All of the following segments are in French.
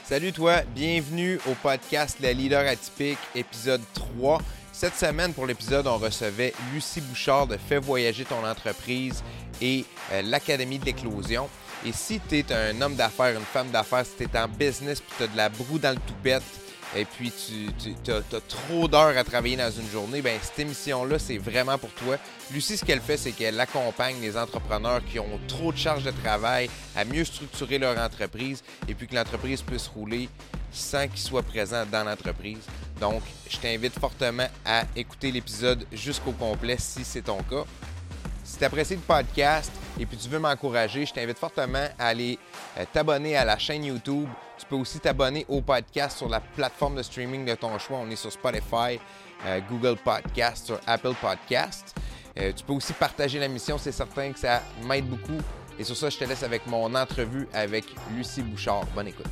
Salut toi, bienvenue au podcast Le Leader Atypique, épisode 3. Cette semaine, pour l'épisode, on recevait Lucie Bouchard de Fais voyager ton entreprise et l'Académie de l'éclosion. Et si tu es un homme d'affaires, une femme d'affaires, si tu es en business et tu as de la broue dans le toupette et puis tu as trop d'heures à travailler dans une journée, bien cette émission-là, c'est vraiment pour toi. Lucie, ce qu'elle fait, c'est qu'elle accompagne les entrepreneurs qui ont trop de charges de travail à mieux structurer leur entreprise et puis que l'entreprise puisse rouler sans qu'ils soient présents dans l'entreprise. Donc, je t'invite fortement à écouter l'épisode jusqu'au complet si c'est ton cas. Si tu apprécies le podcast et puis tu veux m'encourager, je t'invite fortement à aller t'abonner à la chaîne YouTube. Tu peux aussi t'abonner au podcast sur la plateforme de streaming de ton choix. On est sur Spotify, Google Podcast, sur Apple Podcast. Tu peux aussi partager la mission, c'est certain que ça m'aide beaucoup. Et sur ça, je te laisse avec mon entrevue avec Lucie Bouchard. Bonne écoute.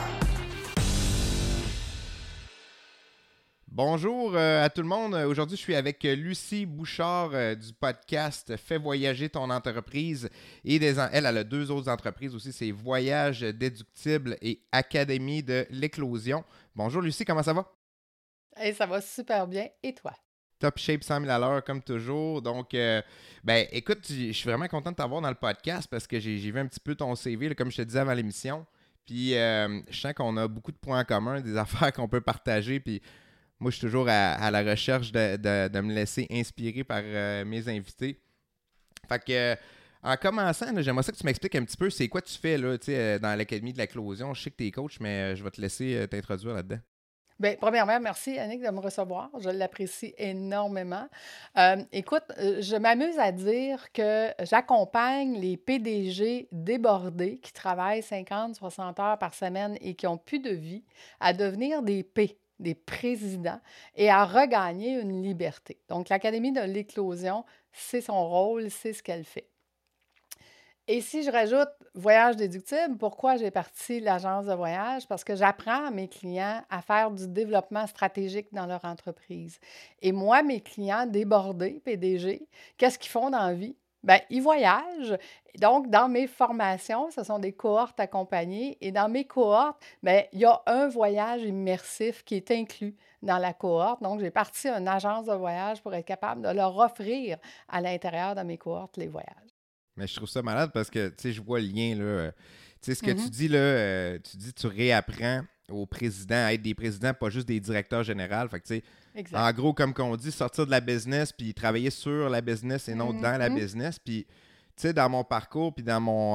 Bonjour à tout le monde. Aujourd'hui, je suis avec Lucie Bouchard du podcast Fais voyager ton entreprise. Et elle a deux autres entreprises aussi, c'est Voyage déductible et Académie de l'éclosion. Bonjour Lucie, comment ça va? Hey, ça va super bien. Et toi? Top shape 100 000 à l'heure comme toujours. Donc, écoute, je suis vraiment content de t'avoir dans le podcast parce que j'ai vu un petit peu ton CV, là, comme je te disais avant l'émission. Puis, je sens qu'on a beaucoup de points en commun, des affaires qu'on peut partager. Puis, moi, je suis toujours à la recherche de me laisser inspirer par mes invités. Fait que, en commençant, là, j'aimerais ça que tu m'expliques un petit peu c'est quoi tu fais là, dans l'Académie de l'éclosion. Je sais que tu es coach, mais je vais te laisser t'introduire là-dedans. Bien, premièrement, merci Annick de me recevoir. Je l'apprécie énormément. Écoute, je m'amuse à dire que j'accompagne les PDG débordés qui travaillent 50, 60 heures par semaine et qui n'ont plus de vie à devenir des présidents et à regagner une liberté. Donc, l'Académie de l'éclosion, c'est son rôle, c'est ce qu'elle fait. Et si je rajoute voyage déductible, pourquoi j'ai parti l'agence de voyage? Parce que j'apprends à mes clients à faire du développement stratégique dans leur entreprise. Et moi, mes clients débordés, PDG, qu'est-ce qu'ils font dans la vie? Bien, ils voyagent. Donc, dans mes formations, ce sont des cohortes accompagnées. Et dans mes cohortes, bien, il y a un voyage immersif qui est inclus dans la cohorte. Donc, j'ai parti une agence de voyage pour être capable de leur offrir à l'intérieur de mes cohortes les voyages. Mais je trouve ça malade parce que, tu sais, je vois le lien, là. Tu sais, ce que tu Mm-hmm. dis, là, tu réapprends aux présidents à être des présidents, pas juste des directeurs généraux. Fait que, tu sais, Exact. en gros, comme qu'on dit, sortir de la business puis travailler sur la business et non dans la business. Puis, tu sais, dans mon parcours puis dans mon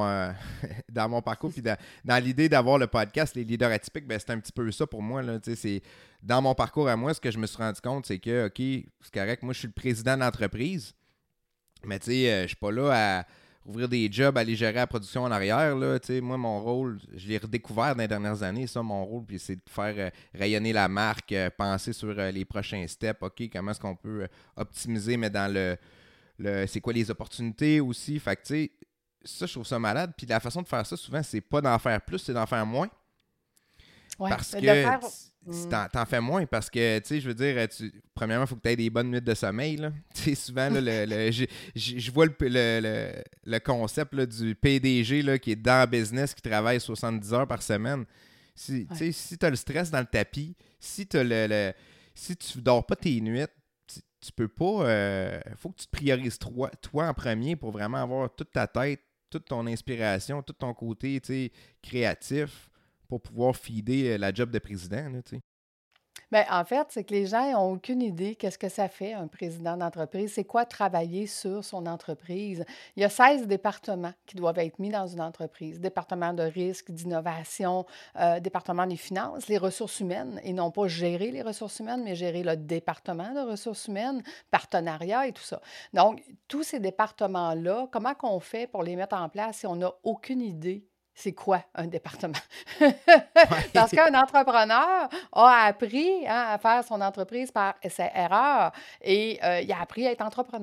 dans l'idée d'avoir le podcast Les Leaders Atypiques, ben c'est un petit peu ça pour moi, là. Tu sais, c'est dans mon parcours à moi, ce que je me suis rendu compte, c'est que, OK, c'est correct, moi, je suis le président de l'entreprise, mais, tu sais, je suis pas là à ouvrir des jobs, aller gérer la production en arrière, là, tu sais, moi, mon rôle, je l'ai redécouvert dans les dernières années, ça, mon rôle, puis c'est de faire rayonner la marque, penser sur les prochains steps, OK, comment est-ce qu'on peut optimiser, mais dans c'est quoi les opportunités aussi, fait que, tu sais, ça, je trouve ça malade, puis la façon de faire ça, souvent, c'est pas d'en faire plus, c'est d'en faire moins, Oui, parce de que faire. t'en fais moins parce que, tu sais, je veux dire, premièrement, il faut que tu aies des bonnes minutes de sommeil. Là. Tu sais, souvent, là, je vois le concept là, du PDG là, qui est dans le business, qui travaille 70 heures par semaine. Si tu as le stress dans le tapis, si tu dors pas tes nuits, tu peux pas. Faut que tu te priorises toi en premier pour vraiment avoir toute ta tête, toute ton inspiration, tout ton côté créatif pour pouvoir feeder la job de président. Là, tu sais. Bien, en fait, c'est que les gens n'ont aucune idée qu'est-ce que ça fait un président d'entreprise. C'est quoi travailler sur son entreprise? Il y a 16 départements qui doivent être mis dans une entreprise. Département de risque, d'innovation, département des finances, les ressources humaines, et non pas gérer les ressources humaines, mais gérer le département de ressources humaines, partenariat et tout ça. Donc, tous ces départements-là, comment qu'on fait pour les mettre en place si on n'a aucune idée? C'est quoi un département? Parce Ouais. qu'un entrepreneur a appris à faire son entreprise par essai-erreur et il a appris à être entrepreneur.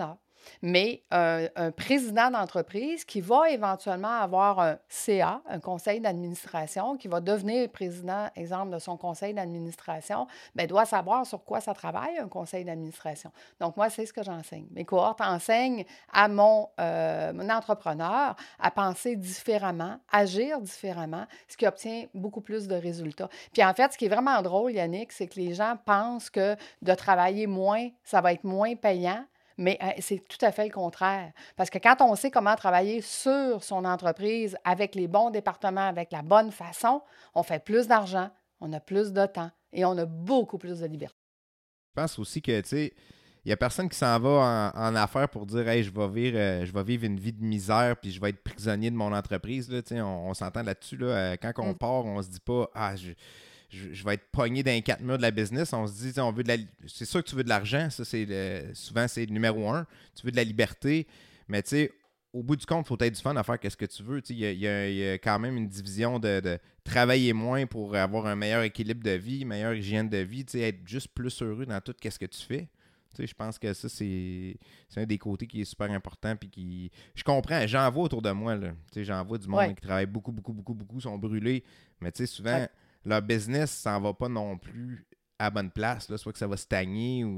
mais un président d'entreprise qui va éventuellement avoir un CA, un conseil d'administration, qui va devenir président, exemple, de son conseil d'administration, bien, doit savoir sur quoi ça travaille, un conseil d'administration. Donc, moi, c'est ce que j'enseigne. Mes cohortes enseignent à mon entrepreneur à penser différemment, agir différemment, ce qui obtient beaucoup plus de résultats. Puis, en fait, ce qui est vraiment drôle, Yannick, c'est que les gens pensent que de travailler moins, ça va être moins payant. Mais c'est tout à fait le contraire. Parce que quand on sait comment travailler sur son entreprise avec les bons départements, avec la bonne façon, on fait plus d'argent, on a plus de temps et on a beaucoup plus de liberté. Je pense aussi que, tu sais, il n'y a personne qui s'en va en affaires pour dire « Hey, je vais vivre une vie de misère puis je vais être prisonnier de mon entreprise. » Là, on s'entend là-dessus. Là, quand on part, on se dit pas « Ah, je vais être pogné dans les quatre murs de la business. » On se dit, on veut c'est sûr que tu veux de l'argent. Ça, souvent, c'est le numéro un. Tu veux de la liberté. Mais tu sais, au bout du compte, il faut être du fun à faire qu'est-ce que tu veux. Il y a quand même une division de travailler moins pour avoir un meilleur équilibre de vie, meilleure hygiène de vie, être juste plus heureux dans tout ce que tu fais. Je pense que ça, c'est un des côtés qui est super important. Puis je comprends, j'en vois autour de moi. Là. J'en vois du monde qui travaille beaucoup, sont brûlés. Mais souvent, leur business s'en va pas non plus à bonne place. Là. Soit que ça va stagner ou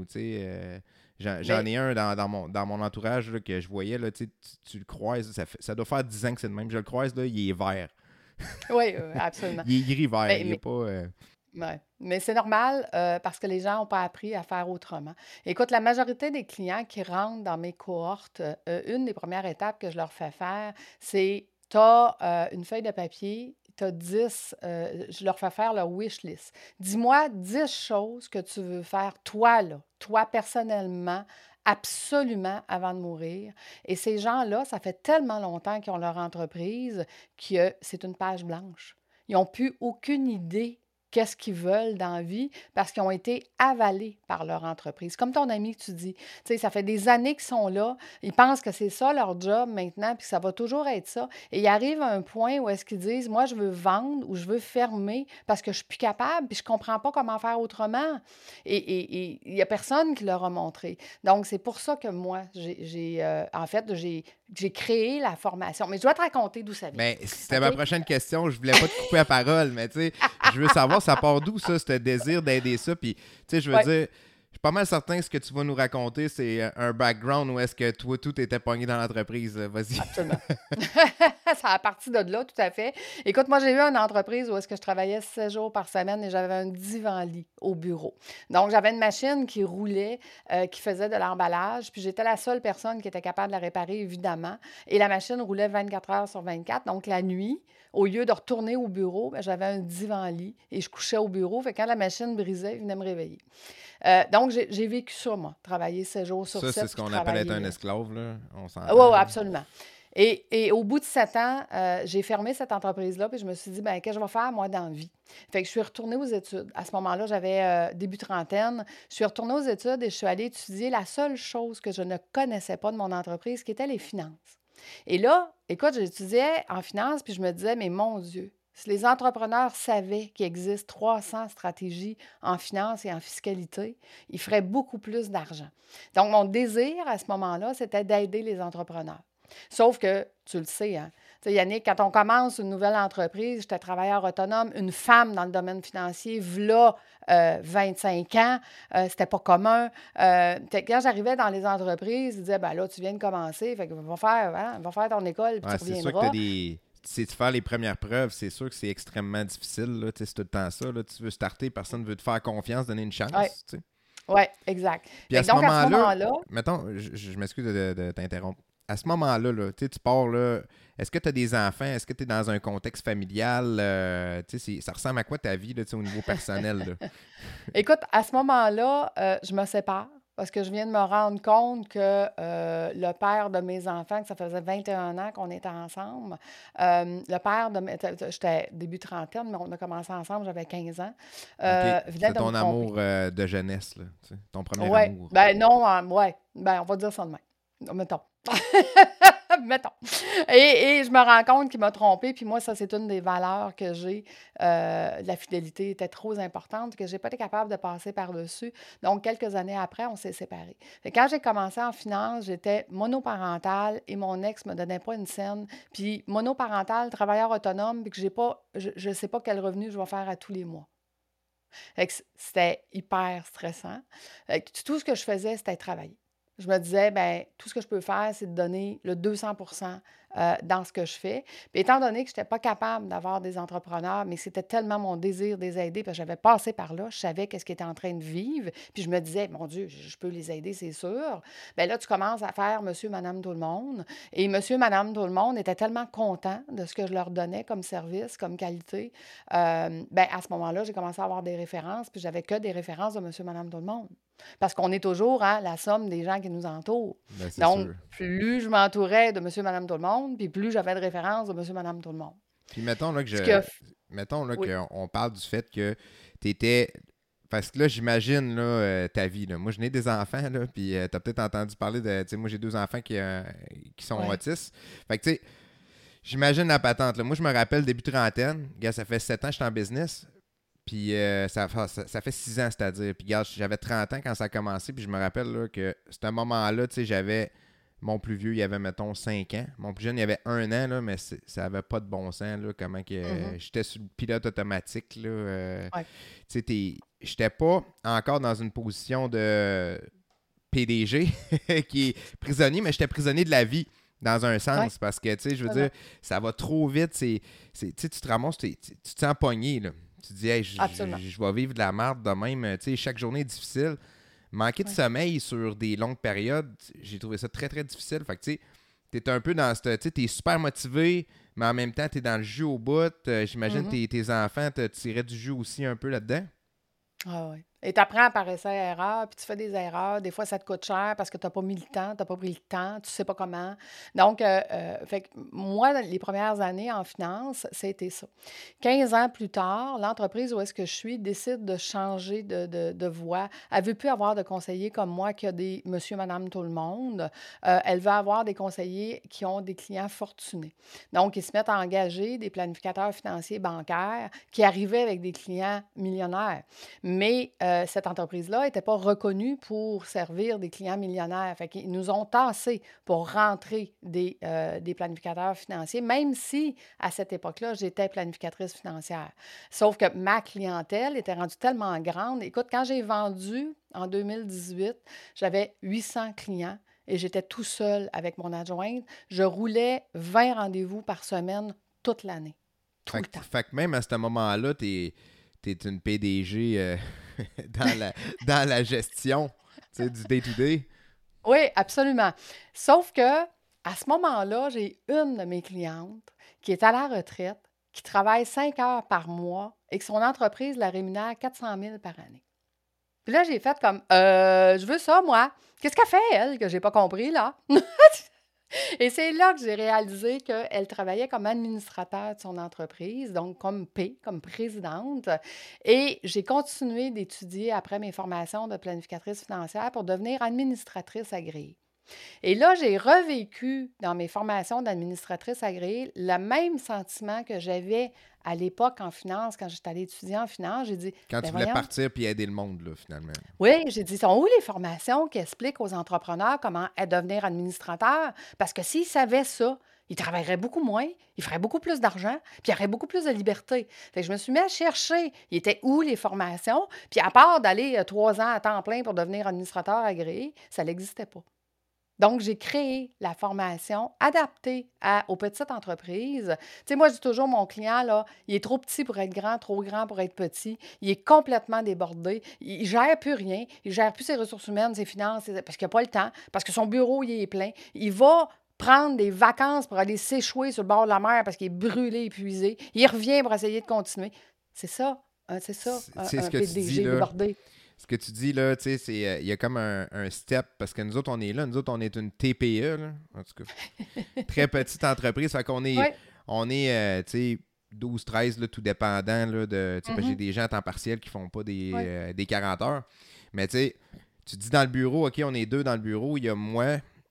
j'en ai un dans mon entourage là, que je voyais, là, tu le croises, ça doit faire 10 ans que c'est le même. Je le croise, là, il est vert. Oui, absolument. Il est gris-vert, il n'est pas... Ouais. Mais c'est normal parce que les gens n'ont pas appris à faire autrement. Écoute, la majorité des clients qui rentrent dans mes cohortes, une des premières étapes que je leur fais faire, c'est tu as une feuille de papier, tu as 10, je leur fais faire leur wish list. Dis-moi 10 choses que tu veux faire, toi, là, toi personnellement, absolument avant de mourir. Et ces gens-là, ça fait tellement longtemps qu'ils ont leur entreprise que c'est une page blanche. Ils n'ont plus aucune idée qu'est-ce qu'ils veulent dans la vie parce qu'ils ont été avalés par leur entreprise. Comme ton ami que tu dis, tu sais, ça fait des années qu'ils sont là, ils pensent que c'est ça leur job maintenant, puis que ça va toujours être ça. Et ils arrivent à un point où est-ce qu'ils disent, moi, je veux vendre ou je veux fermer parce que je suis plus capable, puis je comprends pas comment faire autrement. Et il y a personne qui leur a montré. Donc, c'est pour ça que moi, j'ai créé la formation. Mais je dois te raconter d'où ça vient. Bien, c'était ma prochaine question. Je voulais pas te couper la parole, mais tu sais, je veux savoir, ça part d'où ça, ce désir d'aider ça? Puis, tu sais, je veux dire, je suis pas mal certain que ce que tu vas nous raconter, c'est un background où est-ce que toi, tout était pogné dans l'entreprise. Vas-y. Absolument. Ça a parti de là, tout à fait. Écoute, moi, j'ai eu une entreprise où est-ce que je travaillais 7 jours par semaine et j'avais un divan-lit au bureau. Donc, j'avais une machine qui roulait, qui faisait de l'emballage, puis j'étais la seule personne qui était capable de la réparer, évidemment. Et la machine roulait 24 heures sur 24. Donc, la nuit, au lieu de retourner au bureau, bien, j'avais un divan-lit et je couchais au bureau. Fait que quand la machine brisait, il venait me réveiller. Donc, j'ai vécu ça, moi, travailler 7 jours sur 7. Ça, c'est ce qu'on appelle être un esclave, là. On s'entend. Oui, absolument. Et au bout de 7 ans, j'ai fermé cette entreprise-là, puis je me suis dit, bien, qu'est-ce que je vais faire, moi, dans la vie? Fait que je suis retournée aux études. À ce moment-là, j'avais début trentaine. Je suis retournée aux études et je suis allée étudier la seule chose que je ne connaissais pas de mon entreprise, qui était les finances. Et là, écoute, j'étudiais en finance, puis je me disais, mais mon Dieu, si les entrepreneurs savaient qu'il existe 300 stratégies en finance et en fiscalité, ils feraient beaucoup plus d'argent. Donc, mon désir à ce moment-là, c'était d'aider les entrepreneurs. Sauf que, tu le sais, hein, tu sais, Yannick, quand on commence une nouvelle entreprise, j'étais travailleur autonome, une femme dans le domaine financier, v'là 25 ans, c'était pas commun. Quand j'arrivais dans les entreprises, ils disaient, ben là, tu viens de commencer, fait que va faire ton école, puis tu reviendras. C'est sûr que c'est de faire les premières preuves, c'est sûr que c'est extrêmement difficile. Là, c'est tout le temps ça. Là, tu veux starter, personne ne veut te faire confiance, donner une chance. Oui, exact. Puis à ce moment-là, mettons, je m'excuse de t'interrompre. À ce moment-là, là, tu pars, là, est-ce que tu as des enfants? Est-ce que tu es dans un contexte familial? Ça ressemble à quoi ta vie là, au niveau personnel? Là? Écoute, à ce moment-là, je me sépare. Parce que je viens de me rendre compte que le père de mes enfants, que ça faisait 21 ans qu'on était ensemble, le père de j'étais début trentaine, mais on a commencé ensemble, j'avais 15 ans. C'est ton amour de jeunesse, là, ton premier amour. Ben non, on va dire ça de même. Mettons. Mettons. Et je me rends compte qu'il m'a trompée. Puis moi, ça, c'est une des valeurs que j'ai. La fidélité était trop importante, que je n'ai pas été capable de passer par-dessus. Donc, quelques années après, on s'est séparés. Fait que quand j'ai commencé en finance, j'étais monoparentale et mon ex ne me donnait pas une scène. Puis monoparentale, travailleur autonome, puis que j'ai pas, je ne sais pas quel revenu je vais faire à tous les mois. Fait que c'était hyper stressant. Fait que tout ce que je faisais, c'était travailler. Je me disais, ben tout ce que je peux faire, c'est de donner le 200 dans ce que je fais. Puis étant donné que je n'étais pas capable d'avoir des entrepreneurs, mais c'était tellement mon désir de les aider, parce que j'avais passé par là, je savais qu'est-ce qu'ils étaient en train de vivre, puis je me disais, mon Dieu, je peux les aider, c'est sûr. Bien là, tu commences à faire monsieur, madame, tout le monde. Et monsieur, madame, tout le monde était tellement content de ce que je leur donnais comme service, comme qualité. Bien, à ce moment-là, j'ai commencé à avoir des références, puis j'avais que des références de monsieur, madame, tout le monde. Parce qu'on est toujours la somme des gens qui nous entourent. Ben, c'est Donc, sûr. plus je m'entourais de monsieur, madame, tout le monde, puis plus j'avais de références de monsieur, madame, tout le monde. Puis mettons là Ce que... mettons là Oui, qu'on parle du fait que tu étais. Parce que là, j'imagine là, ta vie. Là. Moi, je n'ai des enfants, là, puis tu as peut-être entendu parler de. Tu sais, moi, j'ai 2 enfants qui sont oui. autistes. Fait que tu sais, j'imagine la patente. Là. Moi, je me rappelle début trentaine. Gars, ça fait 7 ans que je suis en business. Puis ça fait 6 ans, c'est-à-dire. Puis regarde, j'avais 30 ans quand ça a commencé. Puis je me rappelle là, que ce moment-là, tu sais, j'avais. Mon plus vieux, il avait, mettons, 5 ans. Mon plus jeune, il avait 1 an, là, mais ça avait pas de bon sens, là, comment que j'étais sur le pilote automatique, là. Ouais. Tu sais, j'étais pas encore dans une position de PDG qui est prisonnier, mais j'étais prisonnier de la vie dans un sens, Ouais. parce que, tu sais, je veux Vraiment. dire, ça va trop vite, tu sais, tu te ramasses, tu te sens pogné, là. Tu te dis, hey, Absolument. je vais vivre de la merde de même, tu sais, chaque journée est difficile. Manquer de Ouais. sommeil sur des longues périodes, j'ai trouvé ça très, très difficile. Fait que, tu sais, t'es un peu dans cette... Tu sais, t'es super motivé, mais en même temps, t'es dans le jus au bout. J'imagine Mhm. que tes enfants te tiraient du jus aussi un peu là-dedans. Ah oui. Et tu apprends par essai-erreur, puis tu fais des erreurs. Des fois, ça te coûte cher parce que tu n'as pas mis le temps, tu n'as pas pris le temps, tu ne sais pas comment. Donc, fait que moi, les premières années en finance, c'était ça. 15 ans plus tard, l'entreprise où est-ce que je suis décide de changer de voie. Elle ne veut plus avoir de conseillers comme moi qui a des monsieur, madame, tout le monde. Elle veut avoir des conseillers qui ont des clients fortunés. Donc, ils se mettent à engager des planificateurs financiers bancaires qui arrivaient avec des clients millionnaires. Mais cette entreprise-là n'était pas reconnue pour servir des clients millionnaires. Fait qu'ils nous ont tassés pour rentrer des planificateurs financiers, même si, à cette époque-là, j'étais planificatrice financière. Sauf que ma clientèle était rendue tellement grande. Écoute, quand j'ai vendu en 2018, j'avais 800 clients et j'étais tout seul avec mon adjointe. Je roulais 20 rendez-vous par semaine toute l'année, tout le temps. Fait que même à ce moment-là, t'es une PDG dans la gestion, tu sais, du day-to-day. Oui, absolument. Sauf que à ce moment-là, j'ai une de mes clientes qui est à la retraite, qui travaille 5 heures par mois et que son entreprise la rémunère 400 000 par année. Puis là, j'ai fait comme, je veux ça, moi. Qu'est-ce qu'elle fait, elle, que j'ai pas compris, là? Et c'est là que j'ai réalisé qu'elle travaillait comme administrateur de son entreprise, donc comme P, comme présidente. Et j'ai continué d'étudier après mes formations de planificatrice financière pour devenir administratrice agréée. Et là, j'ai revécu dans mes formations d'administratrice agréée le même sentiment que j'avais à l'époque en finance, quand j'étais allée étudier en finance. J'ai dit, Quand ben tu voulais voyons, partir puis aider le monde, là, finalement. oui, j'ai dit, sont où les formations qui expliquent aux entrepreneurs comment devenir administrateur? Parce que s'ils savaient ça, ils travailleraient beaucoup moins, ils feraient beaucoup plus d'argent, puis ils auraient beaucoup plus de liberté. Fait que je me suis mis à chercher, il était où les formations, puis à part d'aller 3 ans à temps plein pour devenir administrateur agréé, ça n'existait pas. Donc, j'ai créé la formation adaptée aux petites entreprises. Tu sais, moi, je dis toujours, mon client, là, il est trop petit pour être grand, trop grand pour être petit. Il est complètement débordé. Il ne gère plus rien. Il ne gère plus ses ressources humaines, ses finances, parce qu'il n'a pas le temps, parce que son bureau, il est plein. Il va prendre des vacances pour aller s'échouer sur le bord de la mer parce qu'il est brûlé, épuisé. Il revient pour essayer de continuer. C'est ça, C'est ce un que tu dis, PDG là. débordé. Ce que tu dis, là, tu sais, c'est... Il y a comme un step, parce que nous autres, on est là. Nous autres, on est une TPE, là. En tout cas, très petite entreprise. Fait qu'on est... Oui. On est, tu sais, 12, 13, là, tout dépendant, là, de... Tu sais, parce que j'ai Mhm. des gens à temps partiel qui font pas Oui. des 40 heures. Mais, tu sais, tu dis dans le bureau, OK, on est 2 dans le bureau. Il y a moi,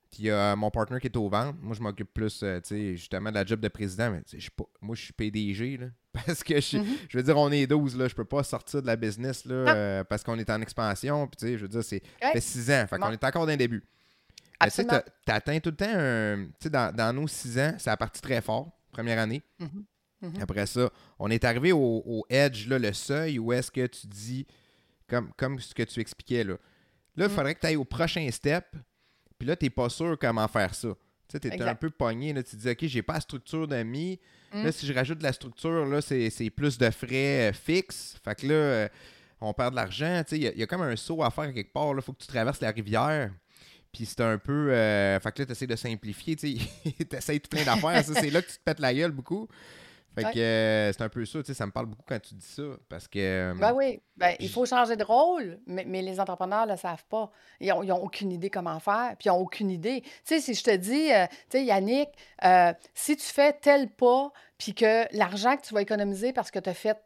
Puis il y a mon partner qui est aux ventes. Moi, je m'occupe plus, justement, de la job de président. Mais moi, je suis PDG, là. Parce que, je veux dire, on est 12, là. Je peux pas sortir de la business, là, parce qu'on est en expansion. Puis, tu sais, je veux dire, ça fait 6 ans. Fait qu'on est encore dans le début. Mais tu sais, tu atteins tout le temps tu sais, dans nos 6 ans, ça a parti très fort, première année. Après ça, on est arrivé au edge, là, le seuil, où est-ce que tu dis, comme ce que tu expliquais, là. Là, il faudrait que tu ailles au prochain step. Puis là, tu n'es pas sûr comment faire ça. Tu sais, tu es un peu pogné. Là, tu te dis, OK, j'ai pas la structure d'amis. Là, si je rajoute de la structure, là, c'est plus de frais fixes. Fait que là, on perd de l'argent. Tu sais, il y a comme un saut à faire quelque part. Il faut que tu traverses la rivière. Puis c'est un peu... fait que là, tu essaies de simplifier. Tu essaies tout plein d'affaires. C'est là que tu te pètes la gueule beaucoup. Fait que c'est un peu ça, tu sais, ça me parle beaucoup quand tu dis ça, parce que... Ben oui, il faut changer de rôle, mais les entrepreneurs ne le savent pas. Ils n'ont aucune idée comment faire, puis ils n'ont aucune idée. Tu sais, si je te dis, tu sais, Yannick, si tu fais tel pas, puis que l'argent que tu vas économiser parce que tu as fait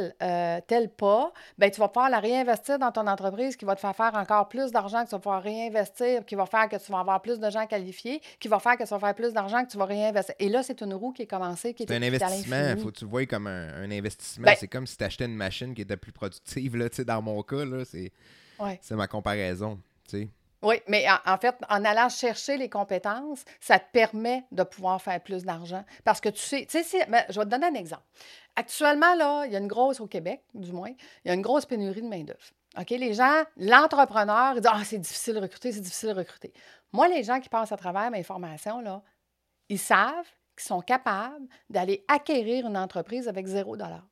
tel pas, ben tu vas pouvoir la réinvestir dans ton entreprise qui va te faire encore plus d'argent que tu vas pouvoir réinvestir, qui va faire que tu vas avoir plus de gens qualifiés, qui va faire que tu vas faire plus d'argent que tu vas réinvestir. Et là, c'est une roue qui est commencée, qui est un investissement, il faut que tu le vois comme un investissement. C'est comme si tu achetais une machine qui était plus productive, là, tu sais, dans mon cas, là, c'est ma comparaison, tu sais. Oui, mais en fait, en allant chercher les compétences, ça te permet de pouvoir faire plus d'argent. Parce que tu sais, je vais te donner un exemple. Actuellement, là, il y a une grosse, au Québec, du moins, il y a une grosse pénurie de main-d'œuvre. OK? Les gens, l'entrepreneur, il dit c'est difficile de recruter, c'est difficile de recruter. Moi, les gens qui passent à travers mes formations, là, ils savent qu'ils sont capables d'aller acquérir une entreprise avec 0 $.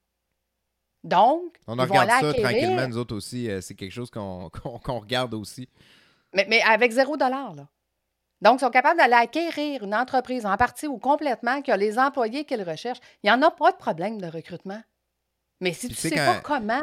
Donc, on ils vont regarde aller ça acquérir... tranquillement, nous autres aussi. C'est quelque chose qu'on regarde aussi. Mais avec 0 $, là. Donc, ils sont capables d'aller acquérir une entreprise en partie ou complètement qui a les employés qu'ils recherchent. Il n'y en a pas de problème de recrutement. Mais si tu ne sais pas comment...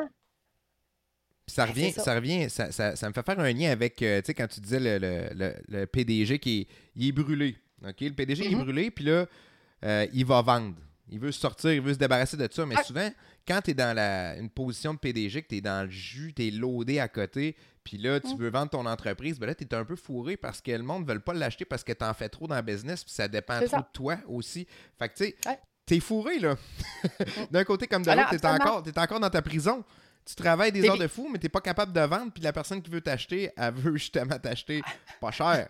Puis ça revient, ça me fait faire un lien avec, tu sais, quand tu disais le PDG il est brûlé. OK? Le PDG il est brûlé, puis là, il va vendre. Il veut sortir, il veut se débarrasser de ça. Mais souvent, quand tu es dans une position de PDG, que tu es dans le jus, tu es loadé à côté, puis là, tu veux vendre ton entreprise, ben là, tu es un peu fourré parce que le monde ne veut pas l'acheter parce que tu en fais trop dans le business, puis ça dépend trop de toi aussi. Fait que, tu sais, t'es fourré, là. D'un côté comme de l'autre, t'es encore dans ta prison. Tu travailles des heures de fou, mais tu n'es pas capable de vendre, puis la personne qui veut t'acheter, elle veut justement t'acheter pas cher.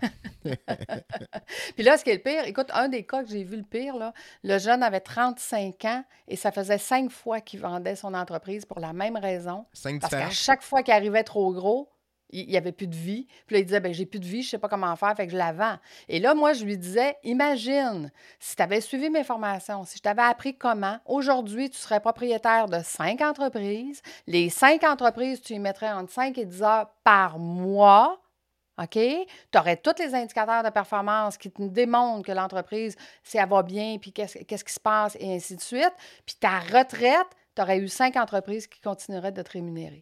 Puis là, ce qui est le pire, écoute, un des cas que j'ai vu le pire, là, le jeune avait 35 ans et ça faisait 5 fois qu'il vendait son entreprise pour la même raison. 5 parce différences? qu'à chaque fois qu'il arrivait trop gros, il n'y avait plus de vie. Puis là, il disait, j'ai plus de vie, je ne sais pas comment faire, fait que je la vends. Et là, moi, je lui disais, imagine, si tu avais suivi mes formations, si je t'avais appris comment, aujourd'hui, tu serais propriétaire de 5 entreprises. Les 5 entreprises, tu y mettrais entre 5 et 10 heures par mois. OK? Tu aurais tous les indicateurs de performance qui te démontrent que l'entreprise, si elle va bien, puis qu'est-ce qui se passe, et ainsi de suite. Puis ta retraite, tu aurais eu 5 entreprises qui continueraient de te rémunérer.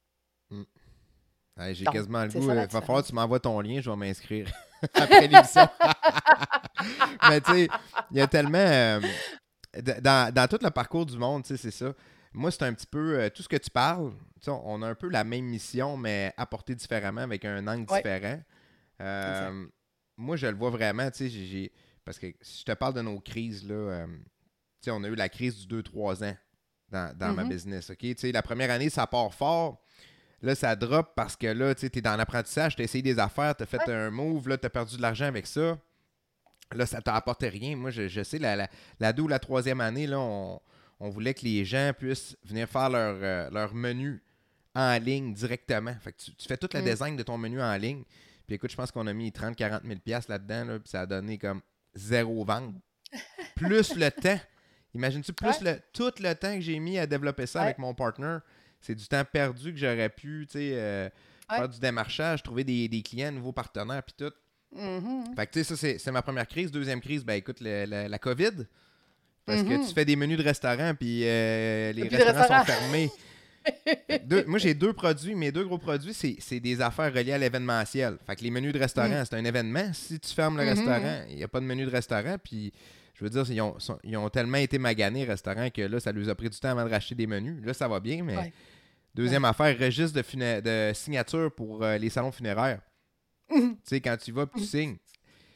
J'ai quasiment le goût. Il va falloir que tu m'envoies ton lien, je vais m'inscrire après l'émission. Mais tu sais, il y a tellement... dans tout le parcours du monde, tu sais, c'est ça. Moi, c'est un petit peu... tout ce que tu parles, on a un peu la même mission, mais apportée différemment, avec un angle différent. Moi, je le vois vraiment, tu sais, parce que si je te parle de nos crises, là, tu sais, on a eu la crise du 2-3 ans dans ma business, OK? Tu sais, la première année, ça part fort. Là, ça drop parce que là, tu sais, t'es dans l'apprentissage, t'as essayé des affaires, t'as fait un move, là, t'as perdu de l'argent avec ça. Là, ça t'a apporté rien. Moi, je sais, la 2 ou la 3e année, là, on voulait que les gens puissent venir faire leur menu en ligne directement. Fait que tu fais tout le design de ton menu en ligne. Puis écoute, je pense qu'on a mis 30-40 000 $ là-dedans, là, puis ça a donné comme 0 vente. Plus le temps. Imagines-tu, tout le temps que j'ai mis à développer ça avec mon partner. C'est du temps perdu que j'aurais pu faire du démarchage, trouver des clients, nouveaux partenaires, puis tout. Fait que tu sais, ça, c'est ma première crise. Deuxième crise, ben écoute, la COVID. Parce que tu fais des menus de restaurant, puis les restaurants sont fermés. Moi, j'ai 2 produits. Mes 2 gros produits, c'est des affaires reliées à l'événementiel. Fait que les menus de restaurant, c'est un événement. Si tu fermes le restaurant, il n'y a pas de menu de restaurant, puis... Je veux dire, ils ont tellement été maganés, restaurants, que là, ça leur a pris du temps avant de racheter des menus. Là, ça va bien, mais deuxième affaire, registre de signature pour les salons funéraires. Tu sais, quand tu vas, puis tu signes.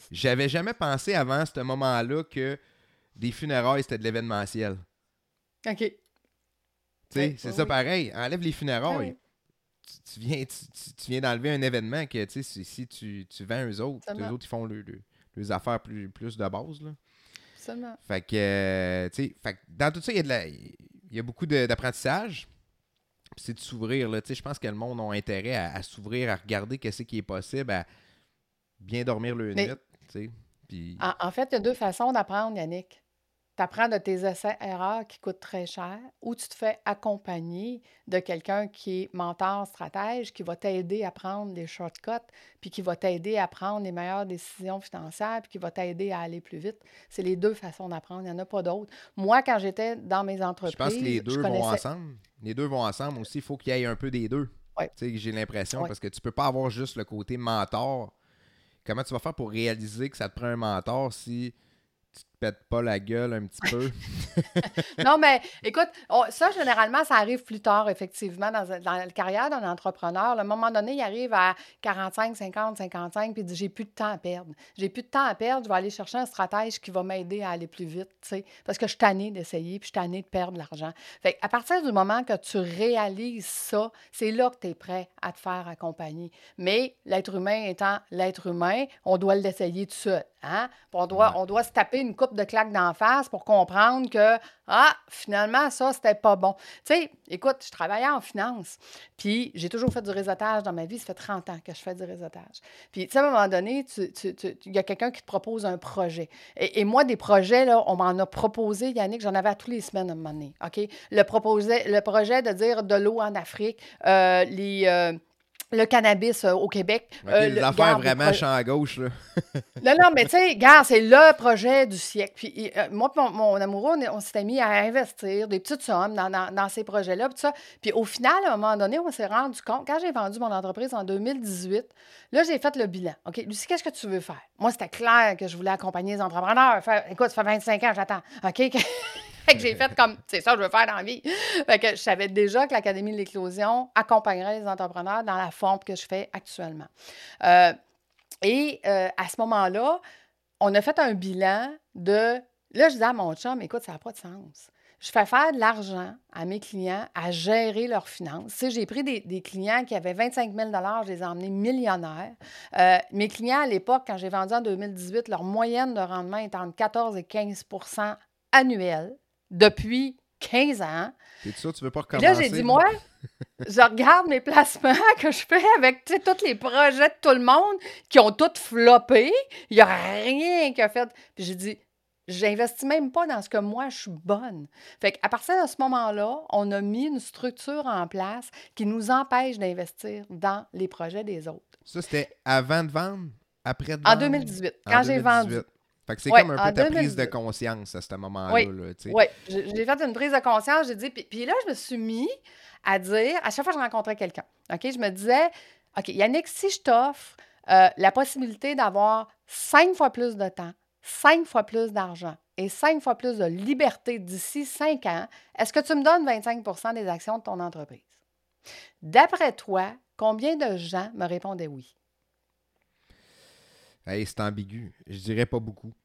j'avais jamais pensé avant ce moment-là que des funérailles, c'était de l'événementiel. OK. Tu sais, Oui, c'est oui, ça oui. pareil. Enlève les Ah funérailles. oui, Tu viens d'enlever un événement que, tu sais, si tu vends eux absolument. autres, ils font leurs affaires plus de base, là. Absolument. Fait que, tu sais, fait que dans tout ça, il y a beaucoup d'apprentissage. Puis c'est de s'ouvrir, là. Tu sais, je pense que le monde a intérêt à s'ouvrir, à regarder qu'est-ce qui est possible, à bien dormir le nuit, Mais tu sais. Puis, en fait, il y a deux façons d'apprendre, Yannick. Tu apprends de tes essais-erreurs qui coûtent très cher ou tu te fais accompagner de quelqu'un qui est mentor, stratège, qui va t'aider à prendre des shortcuts, puis qui va t'aider à prendre les meilleures décisions financières, puis qui va t'aider à aller plus vite. C'est les deux façons d'apprendre, il n'y en a pas d'autres. Moi, quand j'étais dans mes je pense que les entreprises, je deux vont connaissais... ensemble. Les deux vont ensemble aussi. Il faut qu'il y ait un peu des deux. Oui, Tu sais, j'ai l'impression, oui. parce que tu peux pas avoir juste le côté mentor. Comment tu vas faire pour réaliser que ça te prend un mentor si tu te pètes pas la gueule un petit peu? Non, mais écoute, ça, généralement, ça arrive plus tard, effectivement, dans la carrière d'un entrepreneur. À un moment donné, il arrive à 45, 50, 55, puis il dit, j'ai plus de temps à perdre. J'ai plus de temps à perdre, je vais aller chercher un stratège qui va m'aider à aller plus vite, tu sais, parce que je suis tannée d'essayer, puis je suis tannée de perdre de l'argent. Fait à partir du moment que tu réalises ça, c'est là que tu es prêt à te faire accompagner. Mais l'être humain étant l'être humain, on doit l'essayer tout seul. Hein? Puis Ouais. on doit se taper une coupe de claques d'en face pour comprendre que, ah, finalement, ça, c'était pas bon. Tu sais, écoute, je travaillais en finance, puis j'ai toujours fait du réseautage dans ma vie. Ça fait 30 ans que je fais du réseautage. Puis, tu sais, à un moment donné, il y a quelqu'un qui te propose un projet. Et moi, des projets, là, on m'en a proposé, Yannick, j'en avais à tous les semaines à un moment donné, OK? Le projet de dire de l'eau en Afrique, le cannabis au Québec. OK, les affaires Garde des vraiment champ à gauche, là. non, non, mais tu sais, gars, c'est le projet du siècle. Puis moi et mon amoureux, on s'était mis à investir des petites sommes dans ces projets-là. Puis tout ça. Puis au final, à un moment donné, on s'est rendu compte, quand j'ai vendu mon entreprise en 2018, là, j'ai fait le bilan. OK, Lucie, qu'est-ce que tu veux faire? Moi, c'était clair que je voulais accompagner les entrepreneurs. Écoute, ça fait 25 ans, j'attends. OK? Fait que j'ai fait comme, c'est ça que je veux faire dans la vie. Fait que je savais déjà que l'Académie de l'éclosion accompagnerait les entrepreneurs dans la forme que je fais actuellement. À ce moment-là, on a fait un bilan de... Là, je disais à mon chum, écoute, ça n'a pas de sens. Je fais faire de l'argent à mes clients à gérer leurs finances. Tu sais, j'ai pris des clients qui avaient 25 000 je les ai emmenés millionnaires. Mes clients, à l'époque, quand j'ai vendu en 2018, leur moyenne de rendement était entre 14 et 15 annuel depuis 15 ans. T'es sûr que tu veux pas Puis là, j'ai recommencer, dit, là? moi, je regarde mes placements que je fais avec tous les projets de tout le monde qui ont tous floppé. Il n'y a rien qui a fait. Puis j'ai dit, j'investis même pas dans ce que moi, je suis bonne. Fait qu'à partir de ce moment-là, on a mis une structure en place qui nous empêche d'investir dans les projets des autres. Ça, c'était avant de vendre? Après de En vendre? 2018, En quand j'ai vendu. 2018. Fait que c'est Oui, comme un peu en ta prise de 2018. conscience à ce moment-là, Oui, là, tu sais. oui. J'ai fait une prise de conscience. J'ai dit, puis là, je me suis mis à dire, à chaque fois que je rencontrais quelqu'un, OK, je me disais, OK, Yannick, si je t'offre la possibilité d'avoir 5 fois plus de temps, 5 fois plus d'argent et 5 fois plus de liberté d'ici 5 ans, est-ce que tu me donnes 25 des actions de ton entreprise? D'après toi, combien de gens me répondaient oui? Hey, c'est ambigu. Je dirais pas beaucoup.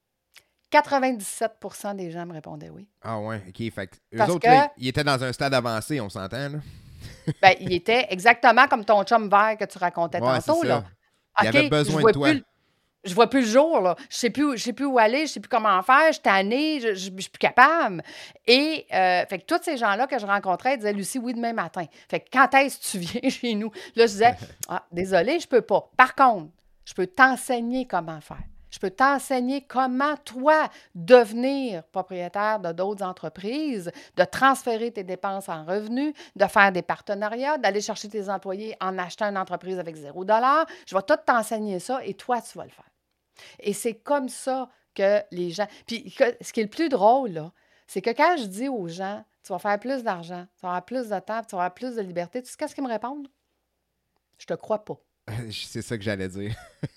97 des gens me répondaient oui. Ah ouais, OK. Fait que eux Parce autres, que là, ils étaient dans un stade avancé, on s'entend, là? ben, il était exactement comme ton chum vert que tu racontais Ouais, c'est tantôt, là. ça. Ils avaient OK, besoin de toi. je vois plus le jour, là. Je sais plus où aller, je sais plus comment faire, je suis tannée, je suis plus capable. Et fait que tous ces gens-là que je rencontrais disaient, Lucie, oui, demain matin. Fait que quand est-ce que tu viens chez nous? Là, je disais, ah, désolé, je peux pas. Par contre, je peux t'enseigner comment faire. Je peux t'enseigner comment, toi, devenir propriétaire de d'autres entreprises, de transférer tes dépenses en revenus, de faire des partenariats, d'aller chercher tes employés en achetant une entreprise avec 0 $. Je vais tout t'enseigner ça et toi, tu vas le faire. Et c'est comme ça que les gens... Puis, ce qui est le plus drôle, là, c'est que quand je dis aux gens, tu vas faire plus d'argent, tu vas avoir plus de temps, tu vas avoir plus de liberté, tu sais qu'est-ce qu'ils me répondent? Je te crois pas. C'est ça que j'allais dire.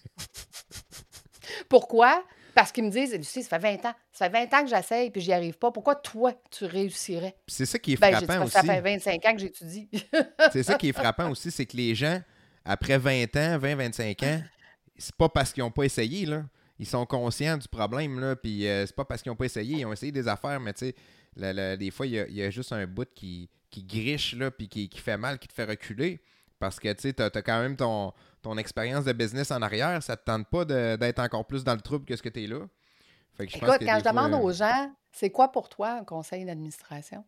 Pourquoi? Parce qu'ils me disent, Lucie, ça fait 20 ans. Ça fait 20 ans que j'essaye puis j'y arrive pas. Pourquoi toi, tu réussirais? Puis c'est ça qui est Ben, j'ai dit, frappant parce que ça aussi. fait 25 ans que j'étudie. C'est ça qui est frappant aussi, c'est que les gens, après 20 ans, 20-25 ans, c'est pas parce qu'ils n'ont pas essayé, là. Ils sont conscients du problème, là, puis c'est pas parce qu'ils n'ont pas essayé. Ils ont essayé des affaires, mais tu sais, des fois, il y a juste un bout qui griche, là, puis qui fait mal, qui te fait reculer. Parce que, tu sais, t'as quand même ton expérience de business en arrière. Ça te tente pas d'être encore plus dans le trouble que ce que t'es là. Fait que je pense Écoute, que quand des je fois... demande aux gens, c'est quoi pour toi un conseil d'administration?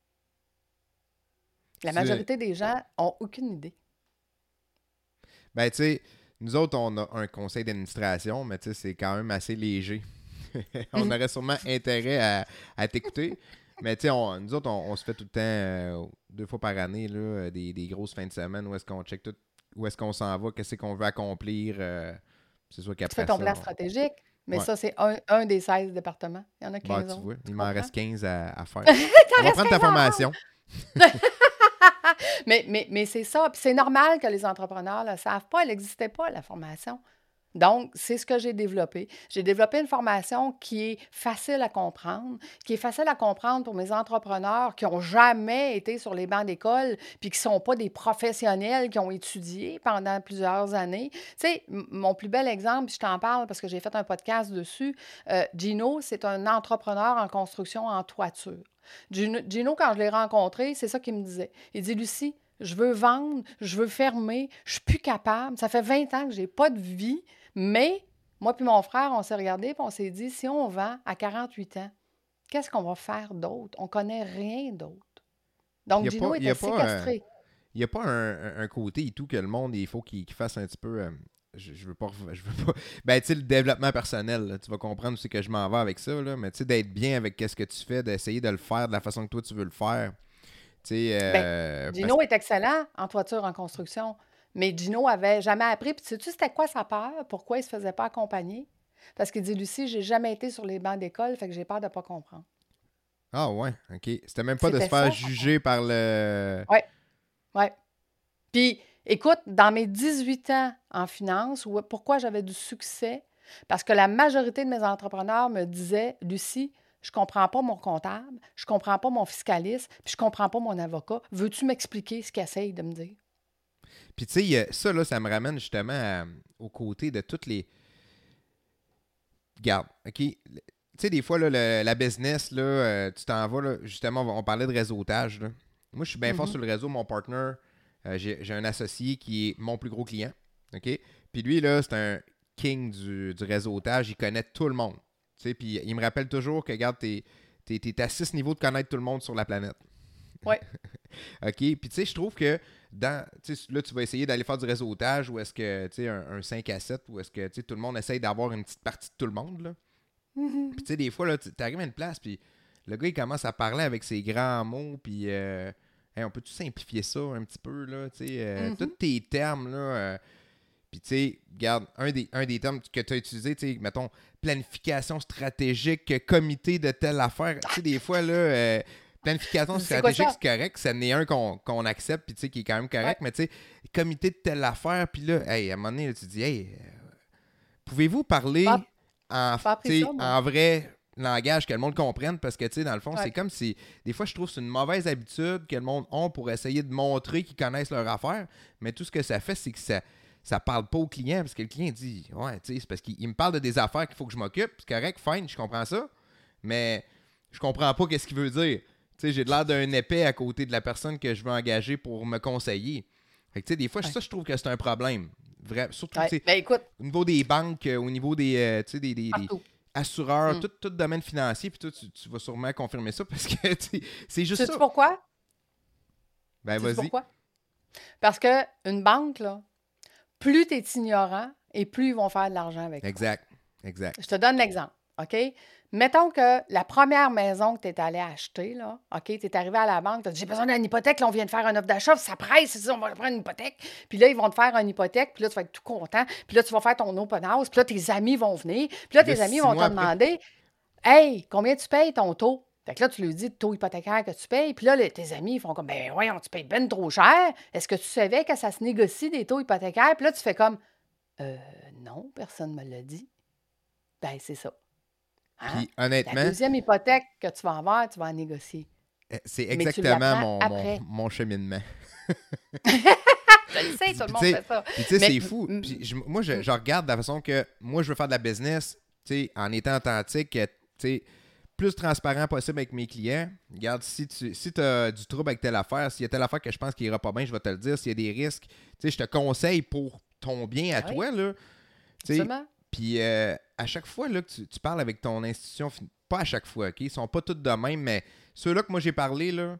La tu- majorité des gens ont aucune idée. Ben, tu sais, nous autres, on a un conseil d'administration, mais tu sais, c'est quand même assez léger. On aurait sûrement intérêt à t'écouter. Mais tu sais, nous autres, on se fait tout le temps, 2 fois par année, là, des grosses fins de semaine où est-ce qu'on check tout, où est-ce qu'on s'en va, qu'est-ce qu'on veut accomplir. C'est sûr Tu fais qu'après ton ça, plan stratégique, mais ouais. ça, c'est un des 16 départements. Il y en a Bah, 15 tu autres. vois, Tu il m'en comprends? reste 15 à faire. T'en On va restes prendre ta 15 à formation. Mais c'est ça. Puis c'est normal que les entrepreneurs ne le savent pas. Elle n'existait pas, la formation. Donc, c'est ce que j'ai développé. J'ai développé une formation qui est facile à comprendre pour mes entrepreneurs qui n'ont jamais été sur les bancs d'école puis qui ne sont pas des professionnels qui ont étudié pendant plusieurs années. Tu sais, mon plus bel exemple, puis je t'en parle parce que j'ai fait un podcast dessus, Gino, c'est un entrepreneur en construction en toiture. Gino, quand je l'ai rencontré, c'est ça qu'il me disait. Il dit, Lucie, je veux vendre, je veux fermer, je suis plus capable. Ça fait 20 ans que j'ai pas de vie, mais moi puis mon frère, on s'est regardé et on s'est dit, si on vend à 48 ans, qu'est-ce qu'on va faire d'autre? On connaît rien d'autre. Puis Donc, Gino il y était a pas, séquestré. il y a pas un côté et tout que le monde, il faut qu'il fasse un petit peu... je veux pas... Je veux pas ben, tu sais, le développement personnel, là, tu vas comprendre aussi que je m'en vais avec ça, là, mais tu sais, d'être bien avec ce que tu fais, d'essayer de le faire de la façon que toi, tu veux le faire. Tu sais, Bien, Gino est excellent en toiture, en construction, mais Gino avait jamais appris. Puis, sais-tu, c'était quoi sa peur? Pourquoi il se faisait pas accompagner? Parce qu'il dit, Lucie, j'ai jamais été sur les bancs d'école, fait que j'ai peur de pas comprendre. Ah ouais, ok. C'était même pas de se C'était faire ça, sa peur. juger par le... Oui, oui. Puis, écoute, dans mes 18 ans en finance, pourquoi j'avais du succès? Parce que la majorité de mes entrepreneurs me disaient, Lucie, je comprends pas mon comptable, je comprends pas mon fiscaliste, puis je comprends pas mon avocat. Veux-tu m'expliquer ce qu'il essaye de me dire? Puis tu sais, ça, là, ça me ramène justement au côté de toutes les... Regarde, ok? Tu sais, des fois, là, la business, là, tu t'en vas, là, justement, on parlait de réseautage, là. Moi, je suis bien fort Mhm, sur le réseau. Mon partner, j'ai un associé qui est mon plus gros client, ok? Puis lui, là, c'est un king du réseautage. Il connaît tout le monde. Tu sais, puis il me rappelle toujours que, regarde, t'es à 6 niveaux de connaître tout le monde sur la planète. ouais, OK? Puis, tu sais, je trouve que là, tu vas essayer d'aller faire du réseautage ou est-ce que, tu sais, un 5 à 7 ou est-ce que, tu sais, tout le monde essaye d'avoir une petite partie de tout le monde, là. Puis, mhm. tu sais, des fois, là, tu arrives à une place, puis le gars, il commence à parler avec ses grands mots, puis, hey, on peut-tu simplifier ça un petit peu, là, tu sais, tous Mhm. tes termes, là, puis, tu sais, regarde, un des termes que tu as utilisé, tu sais, mettons, planification stratégique, comité de telle affaire. Tu sais, des fois, là, planification C'est quoi stratégique, ça? c'est correct. Ça n'est un qu'on accepte, puis tu sais, qui est quand même Ouais, correct. Mais tu sais, comité de telle affaire, puis là, hey, à un moment donné, là, tu dis, hey, pouvez-vous pas, parler pas appris ça, moi. en vrai langage que le monde comprenne? Parce que, tu sais, dans le fond, Ouais, c'est comme si, des fois, je trouve que c'est une mauvaise habitude que le monde a pour essayer de montrer qu'ils connaissent leur affaire. Mais tout ce que ça fait, c'est que ça parle pas au client, parce que le client dit, ouais, tu sais, c'est parce qu'il me parle de des affaires qu'il faut que je m'occupe. C'est correct, fine, je comprends ça. Mais je comprends pas qu'est-ce qu'il veut dire. Tu sais, j'ai l'air d'un épais à côté de la personne que je veux engager pour me conseiller. Fait que, tu sais, des fois, ouais, ça, je trouve que c'est un problème. Vrai, surtout, tu ouais. sais, Ben écoute, au niveau des banques, au niveau des, tu sais, des partout. assureurs, Mm. tout domaine financier, puis toi, tu vas sûrement confirmer ça parce que tu sais, c'est juste Sais-tu ça. pourquoi? Ben, Sais-tu vas-y. pourquoi? Parce qu'une banque, là, plus tu es ignorant et plus ils vont faire de l'argent avec toi. Exact. Exact. Je te donne l'exemple, OK? Mettons que la première maison que tu es allé acheter, là, OK, tu es arrivé à la banque, tu as dit, j'ai besoin d'une hypothèque, là, on vient de faire un offre d'achat, ça presse, c'est ça, on va prendre une hypothèque. Puis là, ils vont te faire une hypothèque, puis là, tu vas être tout content, puis là, tu vas faire ton open house, puis là, tes amis vont venir, puis là, Puis là, tes amis six vont te mois après. demander, hey, combien tu payes ton taux? Fait que là, tu lui dis le taux hypothécaire que tu payes. Puis là, tes amis, ils font comme, ben voyons, tu payes ben trop cher. Est-ce que tu savais que ça se négocie des taux hypothécaires? Puis là, tu fais comme, non, personne ne me l'a dit. Ben, c'est ça. Hein? Puis La honnêtement, deuxième hypothèque que tu vas avoir, tu vas en négocier. c'est Mais tu exactement l'apprends mon après. cheminement. Je le sais, tout le Puis, monde tu sais, fait ça. c'est Mais, fou. Puis, moi, je regarde de la façon que moi, je veux faire de la business, tu sais, en étant authentique, tu sais, plus transparent possible avec mes clients. Regarde, si tu as du trouble avec telle affaire, s'il y a telle affaire que je pense qu'il ira pas bien, je vais te le dire. S'il y a des risques, tu sais, je te conseille pour ton bien à ben oui, toi, là. Tu sais, absolument. puis à chaque fois là, que tu parles avec ton institution, pas à chaque fois, OK? Ils sont pas tous de même, mais ceux-là que moi j'ai parlé, là,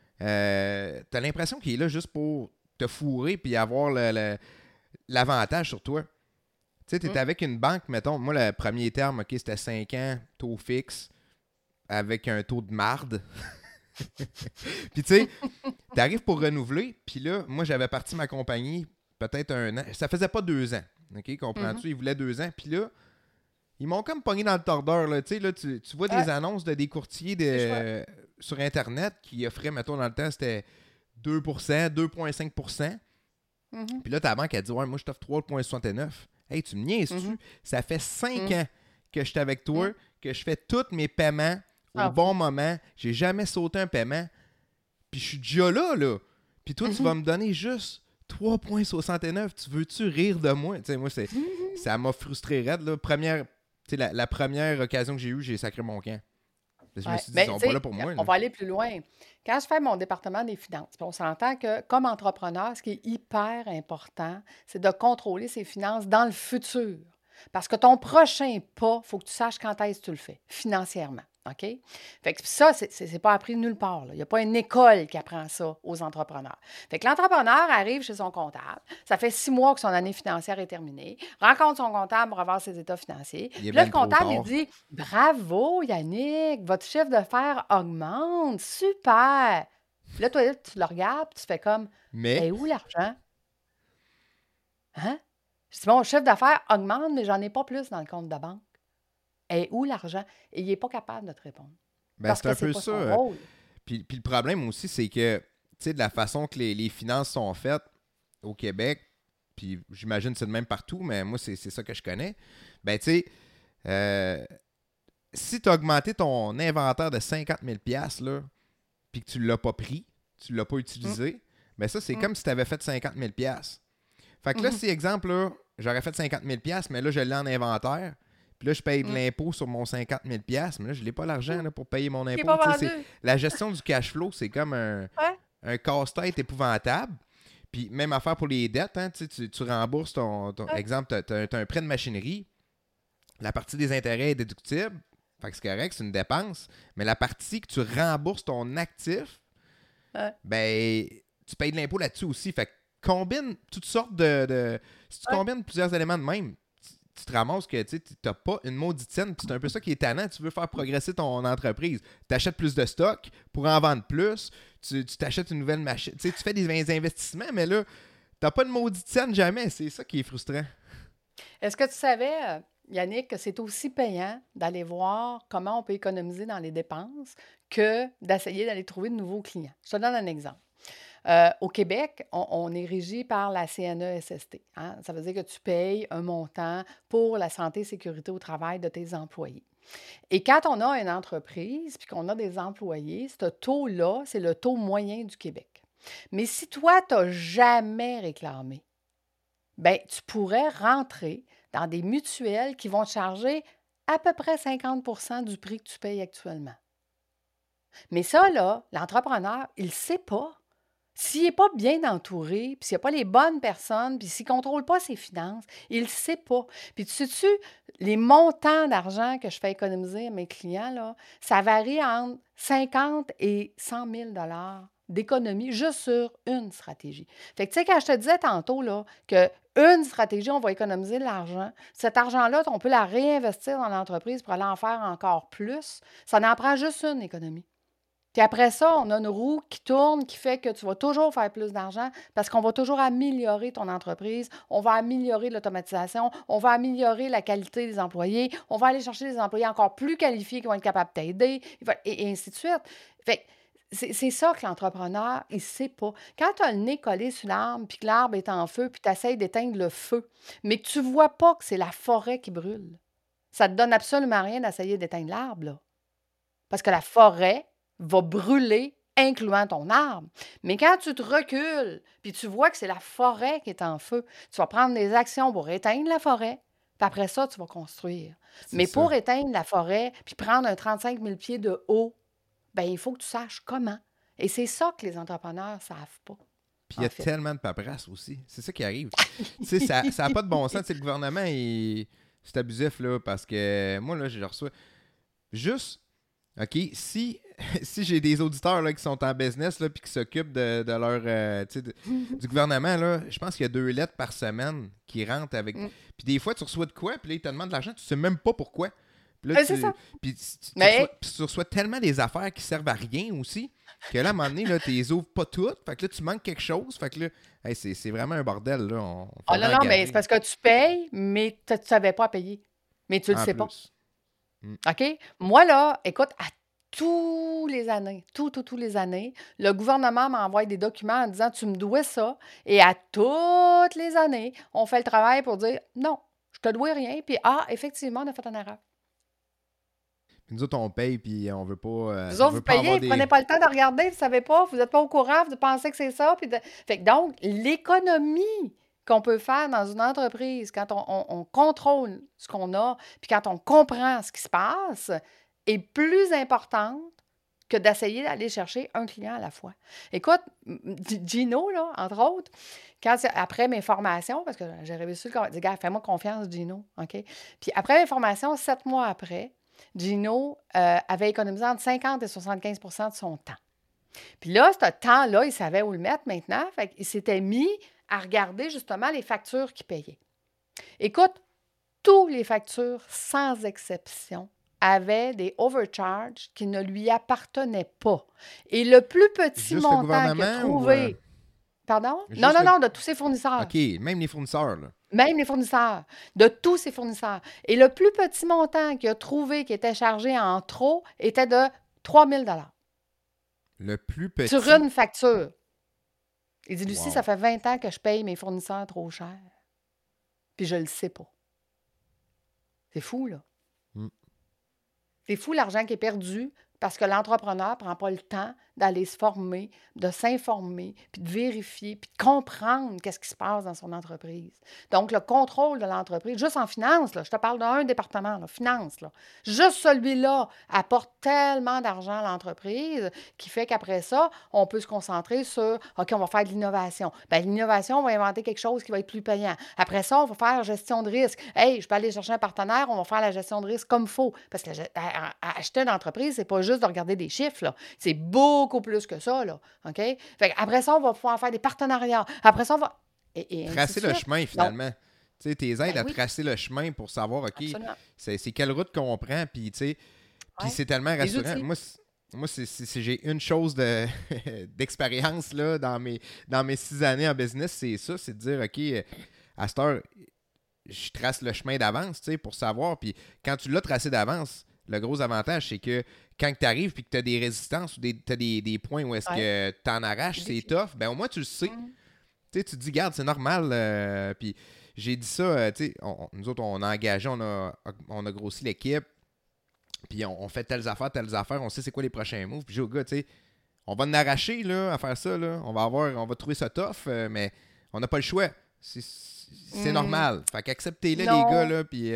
t'as l'impression qu'il est là juste pour te fourrer puis avoir l'avantage sur toi. Tu sais, t'es Mm. avec une banque, mettons, moi, le premier terme, OK, c'était 5 ans, taux fixe, avec un taux de marde. Puis tu sais, t'arrives pour renouveler, puis là, moi, j'avais parti ma compagnie peut-être 1 an. Ça faisait pas 2 ans, OK, Mhm. comprends-tu? Ils voulaient 2 ans, puis là, ils m'ont comme pogné dans le tordeur. Là. Tu sais, là, tu vois Ouais, des annonces de des courtiers c'est chouette. sur Internet qui offraient, mettons, dans le temps, c'était 2%, 2,5%. Mhm. Puis là, ta banque a dit, ouais, moi, je t'offre 3,69. Hey, tu me niaises-tu? Mhm. Ça fait 5 Mhm. ans que je suis avec toi, Mhm. que je fais tous mes paiements au S'en bon fout. moment. J'ai jamais sauté un paiement. Puis je suis déjà là, là. Puis toi, tu vas Mhm. me donner juste 3,69. Tu veux-tu rire de moi? Tu sais, moi, ça m'a frustré raide, là. La première occasion que j'ai eue, j'ai sacré mon camp. Je me Ouais. suis dit, ils Mais sont tu pas là sais, pour moi, on là. va aller plus loin. Quand je fais mon département des finances, puis on s'entend que comme entrepreneur, ce qui est hyper important, c'est de contrôler ses finances dans le futur. Parce que ton prochain pas, il faut que tu saches quand est-ce que tu le fais, financièrement. OK? Fait que ça, c'est pas appris nulle part, là. Il n'y a pas une école qui apprend ça aux entrepreneurs. Fait que l'entrepreneur arrive chez son comptable. Ça fait 6 mois que son année financière est terminée. Rencontre son comptable pour avoir ses états financiers. Il est Puis là, bien le trop comptable, il tard. dit: Bravo, Yannick, votre chiffre d'affaires augmente. Super. Puis là, toi, tu le regardes, puis tu fais comme: Mais, Et où l'argent? Hein? Je dis: Mon chiffre d'affaires augmente, mais j'en ai pas plus dans le compte de banque. Et où l'argent? Et il n'est pas capable de te répondre ben, parce c'est que un c'est peu pas ça. son rôle. Puis le problème aussi, c'est que, tu sais, de la façon que les finances sont faites au Québec, puis j'imagine que c'est le même partout, mais moi, c'est ça que je connais. Ben, tu sais, euh, si tu as augmenté ton inventaire de 50 000 là, puis que tu ne l'as pas pris, tu ne l'as pas Mmh, utilisé, ben ça, c'est mmh, comme si tu avais fait 50 000 Fait que là, mmh si, exemple, là, j'aurais fait 50 000 mais là, je l'ai en inventaire, puis là, je paye de mmh. l'impôt sur mon 50 000 mais là, je n'ai pas l'argent Mmh. là, pour payer mon Il n'est impôt. pas Tu sais, vendu. la gestion du cash flow, c'est comme Ouais, un casse-tête épouvantable. Puis même affaire pour les dettes, hein, tu rembourses ouais, exemple, tu as un prêt de machinerie, la partie des intérêts est déductible, fait que c'est correct, c'est une dépense, mais la partie que tu rembourses ton actif, ouais, ben, tu payes de l'impôt là-dessus aussi. Fait que combine toutes sortes si tu ouais. combines plusieurs éléments de même, tu te ramasses que tu n'as pas une maudite scène. C'est un peu ça qui est tannant. Tu veux faire progresser ton entreprise. Tu achètes plus de stock pour en vendre plus. Tu t'achètes une nouvelle machine. Tu fais des investissements, mais là, tu n'as pas de maudite scène jamais. C'est ça qui est frustrant. Est-ce que tu savais, Yannick, que c'est aussi payant d'aller voir comment on peut économiser dans les dépenses que d'essayer d'aller trouver de nouveaux clients? Je te donne un exemple. Au Québec, on est régi par la CNESST, hein. Ça veut dire que tu payes un montant pour la santé et sécurité au travail de tes employés. Et quand on a une entreprise puis qu'on a des employés, ce taux-là, c'est le taux moyen du Québec. Mais si toi, tu n'as jamais réclamé, bien, tu pourrais rentrer dans des mutuelles qui vont te charger à peu près 50 du prix que tu payes actuellement. Mais ça, là, l'entrepreneur, il ne sait pas. S'il n'est pas bien entouré, puis s'il n'y a pas les bonnes personnes, puis s'il ne contrôle pas ses finances, il ne sait pas. Puis tu sais-tu, les montants d'argent que je fais économiser à mes clients, là, ça varie entre 50 et 100 000 d'économie juste sur une stratégie. Fait que tu sais, quand je te disais tantôt là, que une stratégie, on va économiser de l'argent, cet argent-là, on peut la réinvestir dans l'entreprise pour aller en faire encore plus, ça en prend juste une économie. Puis après ça, on a une roue qui tourne, qui fait que tu vas toujours faire plus d'argent parce qu'on va toujours améliorer ton entreprise, on va améliorer l'automatisation, on va améliorer la qualité des employés, on va aller chercher des employés encore plus qualifiés qui vont être capables de t'aider, et ainsi de suite. Fait que c'est ça que l'entrepreneur, il ne sait pas. Quand tu as le nez collé sur l'arbre, puis que l'arbre est en feu, puis tu essaies d'éteindre le feu, mais que tu ne vois pas que c'est la forêt qui brûle, ça ne te donne absolument rien d'essayer d'éteindre l'arbre, là. Parce que la forêt va brûler incluant ton arbre. Mais quand tu te recules, puis tu vois que c'est la forêt qui est en feu, tu vas prendre des actions pour éteindre la forêt, puis après ça, tu vas construire. C'est Mais pour ça. éteindre la forêt, puis prendre un 35 000 pieds de haut, bien, il faut que tu saches comment. Et c'est ça que les entrepreneurs ne savent pas, Puis il y en a fait. tellement de paperasse aussi. C'est ça qui arrive. Tu sais, ça n'a pas de bon sens. Tu sais, le gouvernement, c'est abusif, là, parce que moi, là, je reçois juste, OK, si, si j'ai des auditeurs là, qui sont en business là, puis qui s'occupent de leur, tu sais, du gouvernement, là, je pense qu'il y a 2 lettres par semaine qui rentrent avec. Mm. Puis des fois, tu reçois de quoi, puis là, ils te demandent de l'argent, tu sais même pas pourquoi. Puis là, C'est ça. reçois, Mais, puis tu reçois tellement des affaires qui servent à rien aussi, que là, à un moment donné, là, tu les ouvres pas toutes. Fait que là, tu manques quelque chose. Fait que là, hey, c'est vraiment un bordel, là. On oh faudrait non, non, mais c'est engager. parce que tu payes, mais tu ne savais pas à payer. Mais tu ne le En sais pas. plus. Mm. OK? Moi, là, écoute, à tous les années, tous les années, le gouvernement m'envoie des documents en disant tu me dois ça. Et à toutes les années, on fait le travail pour dire non, je te dois rien. Puis, ah, effectivement, on a fait une erreur. Puis nous autres, on paye, puis Vous on autres, veut vous pas payez, avoir vous prenez des. pas le temps de regarder, vous savez pas, vous n'êtes pas au courant, vous pensez que c'est ça. Fait que donc, l'économie qu'on peut faire dans une entreprise, quand on contrôle ce qu'on a, puis quand on comprend ce qui se passe, est plus importante que d'essayer d'aller chercher un client à la fois. Écoute, Gino, là, entre autres, après mes formations, parce que j'ai réussi le dit, gars, fais-moi confiance, Gino, OK? Puis après mes formations, 7 mois après, Gino avait économisé entre 50 et 75 de son temps. Puis là, ce temps-là, il savait où le mettre maintenant. Fait qu'il s'était mis à regarder justement les factures qu'il payait. Écoute, toutes les factures, sans exception, avaient des overcharges qui ne lui appartenaient pas. Et le plus petit Juste le montant qu'il a gouvernement ou. trouvé... Pardon? Non, Juste non, le. non, de tous ses fournisseurs. OK, même les fournisseurs, là. Même les fournisseurs, de tous ses fournisseurs. Et le plus petit montant qu'il a trouvé qui était chargé en trop était de 3 000 Le plus sur petit. une facture. Il dit, Lucie, ça Wow. fait 20 ans que je paye mes fournisseurs trop cher. Puis je le sais pas. C'est fou, là. Mm. C'est fou l'argent qui est perdu parce que l'entrepreneur ne prend pas le temps d'aller se former, de s'informer, puis de vérifier, puis de comprendre qu'est-ce qui se passe dans son entreprise. Donc, le contrôle de l'entreprise, juste en finance, là, je te parle d'un département, là, finance, là, juste celui-là apporte tellement d'argent à l'entreprise qui fait qu'après ça, on peut se concentrer sur, OK, on va faire de l'innovation. Bien, l'innovation, on va inventer quelque chose qui va être plus payant. Après ça, on va faire gestion de risque. Hey, je peux aller chercher un partenaire, on va faire la gestion de risque comme il faut. Parce que acheter une entreprise, c'est pas juste de regarder des chiffres, là. C'est beaucoup plus que ça, là. OK? Fait après ça, on va pouvoir faire des partenariats. Après ça, on va... Et ainsi Tracer de le suite. chemin, Donc, finalement. Tu sais, tes aides ben à oui, tracer le chemin pour savoir, OK, absolument. c'est quelle route qu'on prend, puis tu sais, puis Ouais. c'est tellement Les rassurant. outils. Moi si j'ai une chose d'expérience là, dans mes 6 années en business, c'est ça, c'est de dire, OK, à cette heure, je trace le chemin d'avance, tu sais, pour savoir. Puis quand tu l'as tracé d'avance, le gros avantage, c'est que quand tu arrives et que tu as des résistances ou tu as des points où est-ce Ouais. que tu en arraches, Des c'est défis. tough, ben au moins tu le sais. Mm. Tu sais, tu te dis, garde, c'est normal. Puis j'ai dit ça, tu sais, nous autres, on a engagé, on a grossi l'équipe, puis on fait telles affaires, on sait c'est quoi les prochains moves. Puis j'ai au gars, tu sais, on va en arracher là, à faire ça, là. On va trouver ça tough, mais on n'a pas le choix. C'est Mm. normal. Fait qu'acceptez-le, les gars, Non, là, puis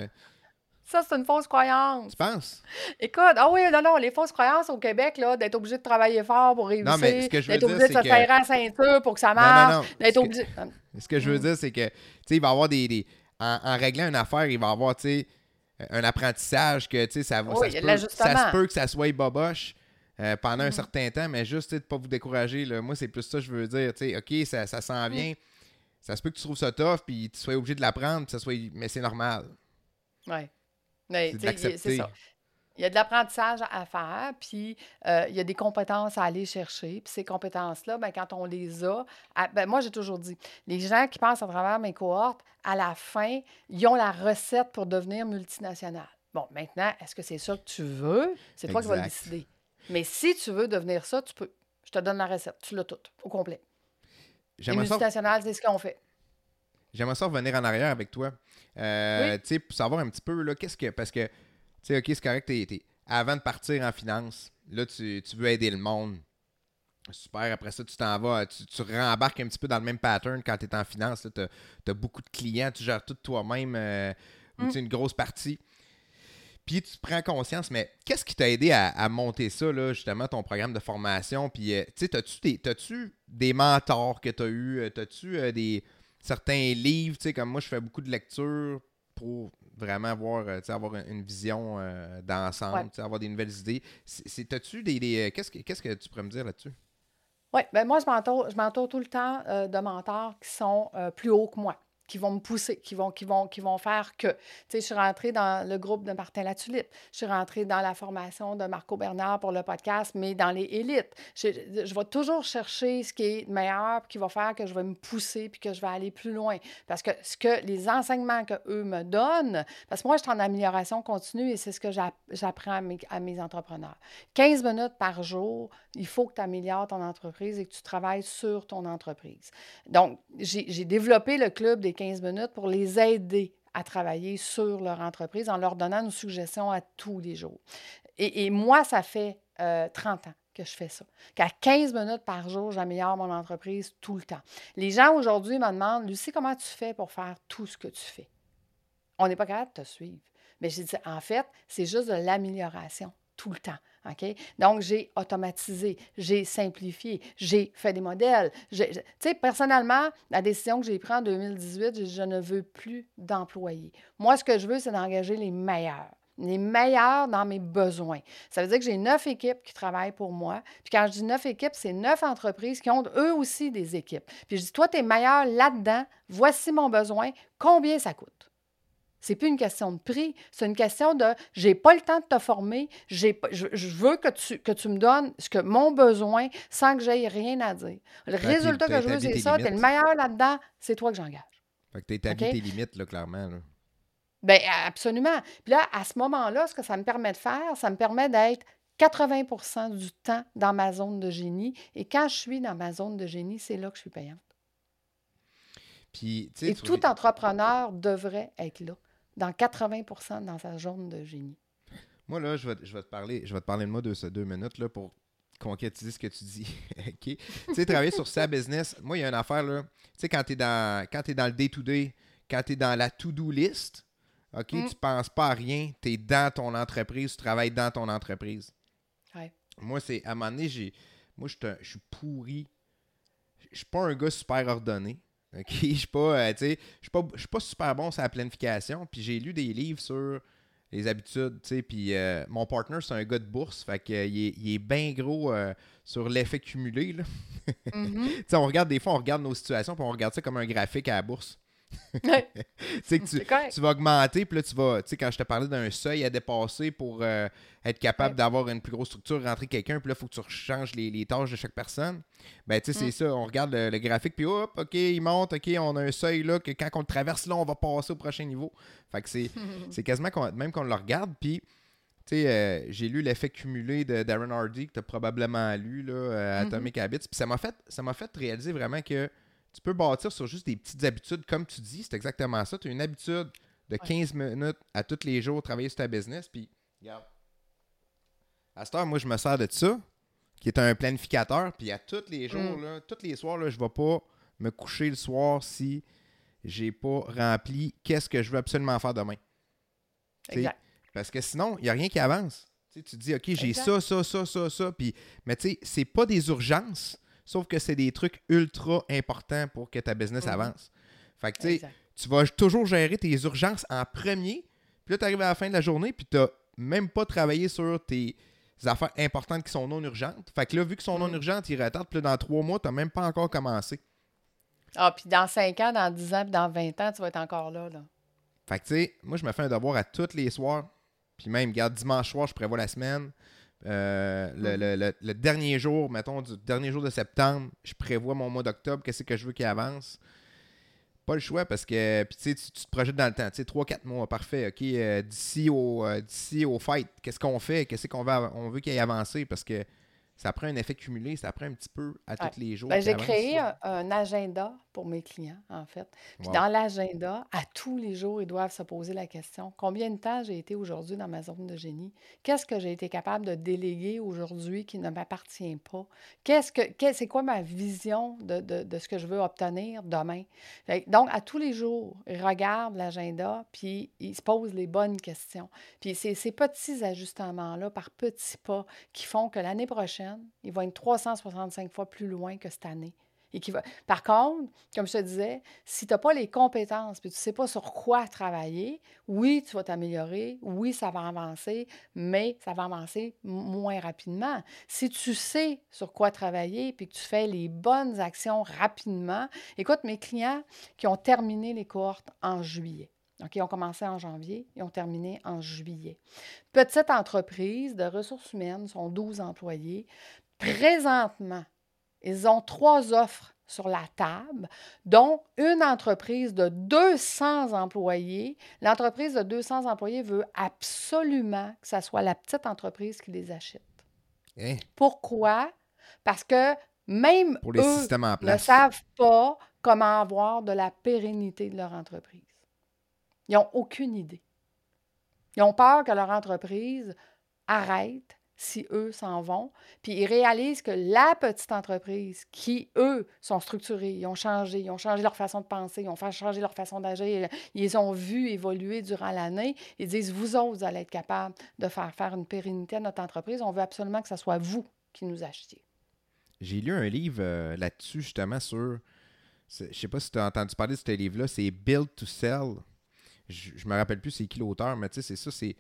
ça, c'est une fausse croyance. tu penses? Écoute, ah oui, non, non, les fausses croyances au Québec, là, d'être obligé de travailler fort pour Non, mais ce réussir, que je veux d'être dire, obligé de c'est se que. serrer la ceinture pour que ça Non, non, marche, non. d'être obligé... Ce que je veux Mm. dire, c'est que, tu sais, il va y avoir en réglant une affaire, il va y avoir, tu sais, un apprentissage que, tu sais, Oui, il y a de ça se l'ajustement. peut que ça soit boboche pendant un Mhm. certain temps, mais juste, tu sais, de pas vous décourager, là. Moi, c'est plus ça que je veux dire, tu sais, OK, ça s'en Mm. vient, ça se peut que tu trouves ça tough, puis tu sois obligé de l'apprendre, mais c'est normal. Oui. Mais, C'est de tu sais, c'est l'accepter. ça. Il y a de l'apprentissage à faire, puis il y a des compétences à aller chercher. Puis ces compétences-là, ben, quand on les a, ben, moi, j'ai toujours dit, les gens qui passent à travers mes cohortes, à la fin, ils ont la recette pour devenir multinational. Bon, maintenant, est-ce que c'est ça que tu veux? C'est toi qui vas le Exact. décider. Mais si tu veux devenir ça, tu peux. Je te donne la recette. Tu l'as toute, au complet. Les J'aimerais ça, multinationales, c'est ce qu'on fait. j'aimerais ça revenir en arrière avec toi. Oui. Tu sais, pour savoir un petit peu, là, parce que, tu sais, OK, c'est correct, avant de partir en finance, là, tu veux aider le monde. Super. Après ça, tu t'en vas, tu rembarques un petit peu dans le même pattern quand tu es en finance. Tu as beaucoup de clients, tu gères tout toi-même ou tu sais, une grosse partie. Puis tu prends conscience, mais qu'est-ce qui t'a aidé à monter ça, là, justement, ton programme de formation? Puis, tu sais, t'as-tu des mentors que tu as eus? T'as-tu certains livres? Tu sais, comme moi, je fais beaucoup de lectures pour vraiment avoir une vision Ouais. d'ensemble, tu sais, avoir des nouvelles idées. T'as-tu qu'est-ce que tu pourrais me dire là-dessus? Oui, ben moi, je m'entoure tout le temps de mentors qui sont plus hauts que moi, qui vont me pousser, qui vont faire que. Tu sais, je suis rentrée dans le groupe de Martin Latulippe. Je suis rentrée dans la formation de Marco Bernard pour le podcast, mais dans les élites. Je vais toujours chercher ce qui est meilleur, puis qui va faire que je vais me pousser, puis que je vais aller plus loin. Parce que les enseignements qu'eux me donnent, parce que moi, je suis en amélioration continue et c'est ce que j'apprends à mes entrepreneurs. 15 minutes par jour, il faut que tu améliores ton entreprise et que tu travailles sur ton entreprise. Donc, j'ai développé le club des 15 minutes pour les aider à travailler sur leur entreprise en leur donnant une suggestion à tous les jours. Et moi, ça fait 30 ans que je fais ça. Qu'à 15 minutes par jour, j'améliore mon entreprise tout le temps. Les gens aujourd'hui me demandent, Lucie, comment tu fais pour faire tout ce que tu fais? On n'est pas capable de te suivre. Mais j'ai dit, en fait, c'est juste de l'amélioration tout le temps. OK? Donc, j'ai automatisé, j'ai simplifié, j'ai fait des modèles. Tu sais, personnellement, la décision que j'ai prise en 2018, j'ai dit, je ne veux plus d'employés. Moi, ce que je veux, c'est d'engager les meilleurs dans mes besoins. Ça veut dire que j'ai 9 équipes qui travaillent pour moi. Puis quand je dis 9 équipes, c'est 9 entreprises qui ont eux aussi des équipes. Puis je dis, toi, tu es meilleur là-dedans, voici mon besoin, combien ça coûte? C'est plus une question de prix, c'est une question de j'ai pas le temps de te former, je veux que tu me donnes ce que mon besoin sans que j'aie rien à dire. Le résultat T'as que je veux, établi c'est tes ça, tu es le limites. meilleur là-dedans, c'est toi que j'engage. Fait que tu as établi OK? tes limites, là, clairement. Là. Bien, absolument. Puis là, à ce moment-là, ce que ça me permet de faire, ça me permet d'être 80 du temps dans ma zone de génie. Et quand je suis dans ma zone de génie, c'est là que je suis payante. Puis, tu sais, Et tout entrepreneur devrait être là, dans 80 dans sa zone de génie. moi, là, je vais te parler de moi 2 minutes là, pour concrétiser ce que tu dis. OK? Tu sais, travailler sur sa business, moi, il y a une affaire, là. Tu sais, quand t'es dans le day-to-day, quand t'es dans la to-do list, OK, Mm. tu penses pas à rien, t'es dans ton entreprise, tu travailles dans ton entreprise. Ouais. Moi, à un moment donné, je suis pourri. Je suis pas un gars super ordonné. OK? Je suis pas, tu sais, je suis pas super bon sur la planification. Puis j'ai lu des livres sur les habitudes, tu sais. Puis mon partner, c'est un gars de bourse. Fait que, il est bien gros sur l'effet cumulé, là. Mhm. Tu sais, des fois, on regarde nos situations, puis on regarde ça comme un graphique à la bourse. Ouais, Tu sais que c'est correct. tu vas augmenter, puis là, tu sais, quand je te parlais d'un seuil à dépasser pour être capable Ouais. d'avoir une plus grosse structure, rentrer quelqu'un, puis là, il faut que tu rechanges les tâches de chaque personne. Ben, tu sais, c'est Mm. ça. On regarde le graphique, puis hop, OK, il monte, OK, on a un seuil là, que quand on le traverse là, on va passer au prochain niveau. Fait que c'est quasiment même qu'on le regarde, puis. Tu sais, j'ai lu L'effet cumulé de Darren Hardy, que tu as probablement lu, là, Mhm. Atomic Habits. Puis ça m'a fait réaliser vraiment que tu peux bâtir sur juste des petites habitudes, comme tu dis, c'est exactement ça. Tu as une habitude de Ouais. 15 minutes à tous les jours, travailler sur ta business, puis regarde. À cette heure, moi, je me sers de ça, qui est un planificateur, puis à tous les jours, Mm. là, tous les soirs, là, je ne vais pas me coucher le soir si j'ai pas rempli qu'est-ce que je veux absolument faire demain. Tu sais, Exact. parce que sinon, il n'y a rien qui avance. Tu sais, tu te dis, OK, j'ai Exact. ça. Mais tu sais, c'est pas des urgences, sauf que c'est des trucs ultra importants pour que ta business Mhm. avance. Fait que tu sais, Exact. tu vas toujours gérer tes urgences en premier. Puis là, tu arrives à la fin de la journée, puis tu n'as même pas travaillé sur tes affaires importantes qui sont non urgentes. Fait que là, vu qu'ils sont non Mm. urgentes, ils retardent. Puis là, dans 3 mois, tu n'as même pas encore commencé. Ah, puis dans 5 ans, dans 10 ans, puis dans 20 ans, tu vas être encore là, là. Fait que tu sais, moi, je me fais un devoir à tous les soirs. Puis même, regarde, dimanche soir, je prévois la semaine. Mhm. Le dernier jour, mettons, du dernier jour de septembre, je prévois mon mois d'octobre, qu'est-ce que je veux qu'il avance. Pas le choix parce que, puis tu sais, tu te projettes dans le temps. Tu sais, 3-4 mois, parfait. OK, d'ici au fight, qu'est-ce qu'on fait? Qu'est-ce on veut qu'il ait avancé? Parce que ça prend un effet cumulé, ça prend un petit peu à Ouais. tous les jours Ben, qu'il j'ai avance. créé un agenda pour mes clients, en fait. Puis Wow. dans l'agenda, à tous les jours, ils doivent se poser la question, combien de temps j'ai été aujourd'hui dans ma zone de génie? Qu'est-ce que j'ai été capable de déléguer aujourd'hui qui ne m'appartient pas? C'est quoi ma vision de ce que je veux obtenir demain? Donc, à tous les jours, ils regardent l'agenda, puis ils se posent les bonnes questions. Puis c'est ces petits ajustements-là, par petits pas, qui font que l'année prochaine, ils vont être 365 fois plus loin que cette année. Par contre, comme je te disais, si tu n'as pas les compétences puis tu ne sais pas sur quoi travailler, oui, tu vas t'améliorer, oui, ça va avancer, mais ça va avancer moins rapidement. Si tu sais sur quoi travailler puis que tu fais les bonnes actions rapidement, écoute, mes clients qui ont terminé les cohortes en juillet. Donc, ils ont commencé en janvier, ils ont terminé en juillet. Petite entreprise de ressources humaines, sont 12 employés. Présentement, ils ont 3 offres sur la table, dont une entreprise de 200 employés. L'entreprise de 200 employés veut absolument que ce soit la petite entreprise qui les achète. Hein? Pourquoi? Parce que même Pour les eux systèmes en ne place. savent pas comment avoir de la pérennité de leur entreprise. Ils n'ont aucune idée. Ils ont peur que leur entreprise arrête si eux s'en vont. Puis ils réalisent que la petite entreprise qui, eux, sont structurés, ils ont changé leur façon de penser, ils ont changé leur façon d'agir, ils les ont vus évoluer durant l'année. Ils disent, vous autres, vous allez être capables de faire une pérennité à notre entreprise. On veut absolument que ce soit vous qui nous achetiez. J'ai lu un livre là-dessus, justement, sur... Je sais pas si tu as entendu parler de ce livre-là, c'est Build to Sell. Je me rappelle plus c'est qui l'auteur, mais tu sais, c'est ça,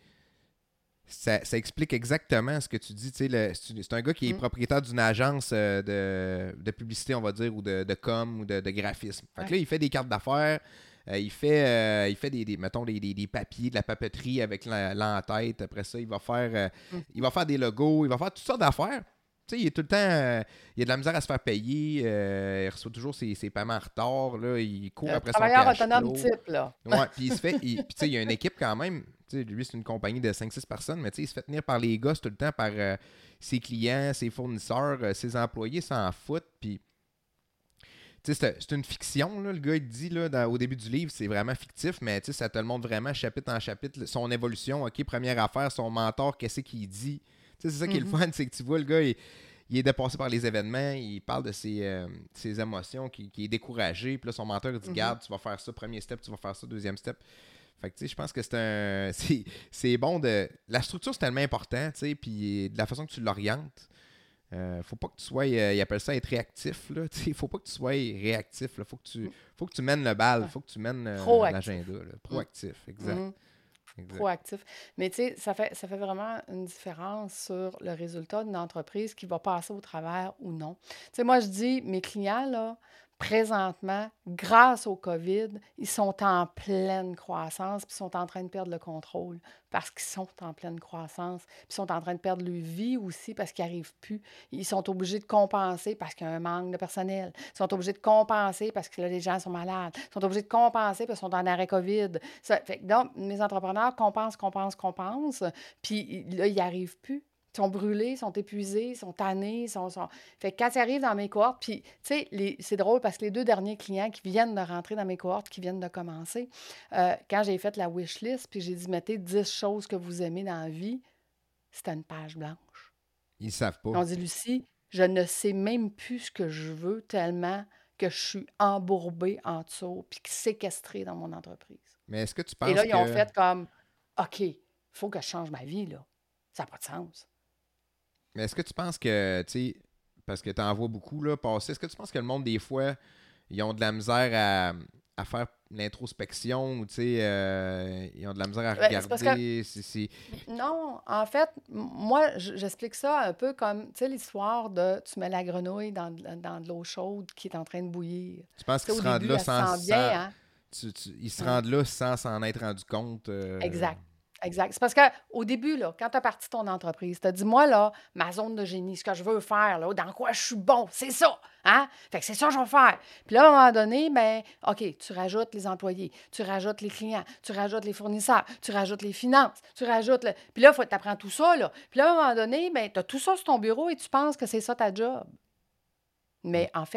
ça explique exactement ce que tu dis. C'est un gars qui est propriétaire d'une agence de publicité, on va dire, ou de com, ou de graphisme. Fait que là, il fait des cartes d'affaires, il fait mettons, des papiers, de la papeterie avec l'en-tête. Après ça, il va faire des logos, il va faire toutes sortes d'affaires. Tu sais, il est tout le temps... il a de la misère à se faire payer. Il reçoit toujours ses paiements en retard. Là, il court après son Travailleur cash autonome flow. type, là. Ouais, puis il se fait... Puis tu sais, il y a une équipe quand même. Tu sais, lui, c'est une compagnie de 5-6 personnes, mais tu sais, il se fait tenir par les gosses tout le temps, par ses clients, ses fournisseurs, ses employés s'en foutent. Puis, tu sais, c'est une fiction, là, le gars, il dit là, au début du livre, c'est vraiment fictif, mais tu sais, ça te le montre vraiment chapitre en chapitre, son évolution. OK, première affaire, son mentor, qu'est-ce qu'il dit? Tu sais, c'est ça qui est le fun, c'est que tu vois, le gars, il est dépassé par les événements, il parle de ses émotions, qui est découragé. Puis là, son mentor, il dit, garde, tu vas faire ça, premier step, tu vas faire ça, deuxième step. Fait que, tu sais, je pense que c'est bon de... La structure, c'est tellement important, tu sais, puis de la façon que tu l'orientes. Faut pas que tu sois... ils appellent ça être réactif, là. Tu sais, faut pas que tu sois réactif, là. Faut que tu mènes le bal, faut que tu mènes l'agenda, là. Proactif, exact. Exact. Proactif. Mais tu sais, ça fait vraiment une différence sur le résultat d'une entreprise qui va passer au travers ou non. Tu sais, moi, je dis, mes clients, là, présentement, grâce au COVID, ils sont en pleine croissance, puis sont en train de perdre le contrôle parce qu'ils sont en pleine croissance, puis sont en train de perdre leur vie aussi parce qu'ils n'arrivent plus. Ils sont obligés de compenser parce qu'il y a un manque de personnel. Ils sont obligés de compenser parce que là, les gens sont malades. Ils sont obligés de compenser parce qu'ils sont en arrêt COVID. Donc, mes entrepreneurs compensent, puis là, ils n'y arrivent plus. Ils sont brûlés, ils sont épuisés, ils sont tannés. Fait que quand ils arrivent dans mes cohortes, puis, tu sais, c'est drôle parce que les 2 derniers clients qui viennent de rentrer dans mes cohortes, qui viennent de commencer, quand j'ai fait la wish list, puis j'ai dit, mettez 10 choses que vous aimez dans la vie, c'était une page blanche. Ils savent pas. Ils ont dit, Lucie, je ne sais même plus ce que je veux tellement que je suis embourbée en dessous, puis séquestrée dans mon entreprise. Mais est-ce que tu Et penses là, ils ont que... fait comme, OK, il faut que je change ma vie, là. Ça n'a pas de sens. Mais est-ce que tu penses que, tu sais, parce que tu en vois beaucoup là, passer, est-ce que tu penses que le monde, des fois, ils ont de la misère à faire l'introspection ou, tu sais, ils ont de la misère à C'est parce que, regarder? non, en fait, moi, j'explique ça un peu comme, tu sais, l'histoire de tu mets la grenouille dans de l'eau chaude qui est en train de bouillir. Tu penses Tu sais, qu'ils au se rendent début, là elle se sent bien, hein? ils se Hein? rendent là sans s'en être rendu compte? Exact. Exact. C'est parce qu'au début, là, quand tu as parti ton entreprise, tu as dit, moi, là, ma zone de génie, ce que je veux faire, là, dans quoi je suis bon, c'est ça. Hein? Fait que c'est ça que je vais faire. Puis là, à un moment donné, ben, OK, tu rajoutes les employés, tu rajoutes les clients, tu rajoutes les fournisseurs, tu rajoutes les finances, tu rajoutes le... Puis là, tu apprends tout ça, là. Puis là, à un moment donné, ben, tu as tout ça sur ton bureau et tu penses que c'est ça ta job. Mais en fait,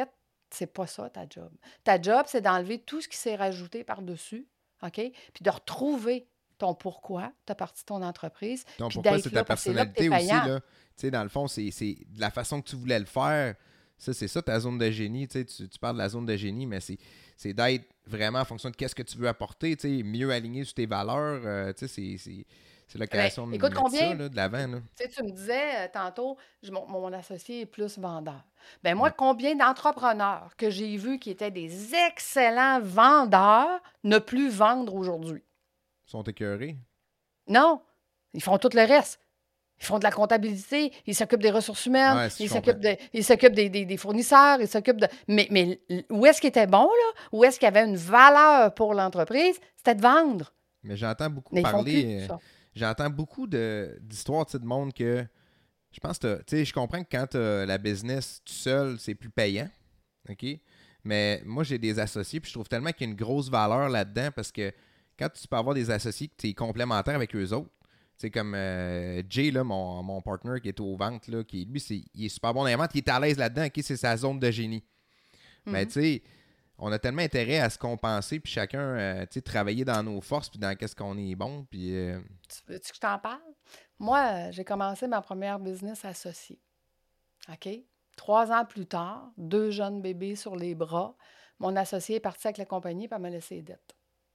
C'est pas ça ta job. Ta job, c'est d'enlever tout ce qui s'est rajouté par-dessus, OK? Puis de retrouver ton pourquoi tu as parti ton entreprise, Donc, puis pourquoi c'est d'être ta là parce que c'est là que tu es personnalité aussi, payant. là. Tu sais, dans le fond, c'est de la façon que tu voulais le faire. Ça, c'est ça ta zone de génie. Tu parles de la zone de génie, mais c'est d'être vraiment en fonction de qu'est-ce que tu veux apporter, tu sais, mieux aligné sur tes valeurs. Tu sais, c'est Ben, l'occasion de écoute, mettre ça combien, là, de l'avant. Là. tu sais, tu me disais tantôt, mon associé est plus vendeur. Ben moi, Ouais. combien d'entrepreneurs que j'ai vus qui étaient des excellents vendeurs ne plus vendre aujourd'hui? Ils sont écœurés. Non, ils font tout le reste. Ils font de la comptabilité, ils s'occupent des ressources humaines, Ouais, si ils je comprends. s'occupent ils s'occupent des fournisseurs, ils s'occupent de. Mais où est-ce qu'il était bon, là? Où est-ce qu'il y avait une valeur pour l'entreprise? C'était de vendre. Mais j'entends beaucoup Mais ils font plus parler, ça. j'entends beaucoup d'histoires tu sais, de monde que je pense que tu sais, je comprends que quand tu as la business tout seul, c'est plus payant. OK? Mais moi, j'ai des associés, puis je trouve tellement qu'il y a une grosse valeur là-dedans parce que quand tu peux avoir des associés que tu es complémentaire avec eux autres, c'est comme Jay, là, mon partner qui est aux ventes, là, qui lui, il est super bon dans les ventes, il est à l'aise là-dedans, OK, c'est sa zone de génie. Mais Mhm. tu sais, on a tellement intérêt à se compenser, puis chacun, tu sais, travailler dans nos forces, puis dans qu'est-ce qu'on est bon, puis Tu veux-tu que je t'en parle? Moi, j'ai commencé ma première business associée. OK? 3 ans plus tard, 2 jeunes bébés sur les bras, mon associé est parti avec la compagnie et elle m'a laissé les dettes.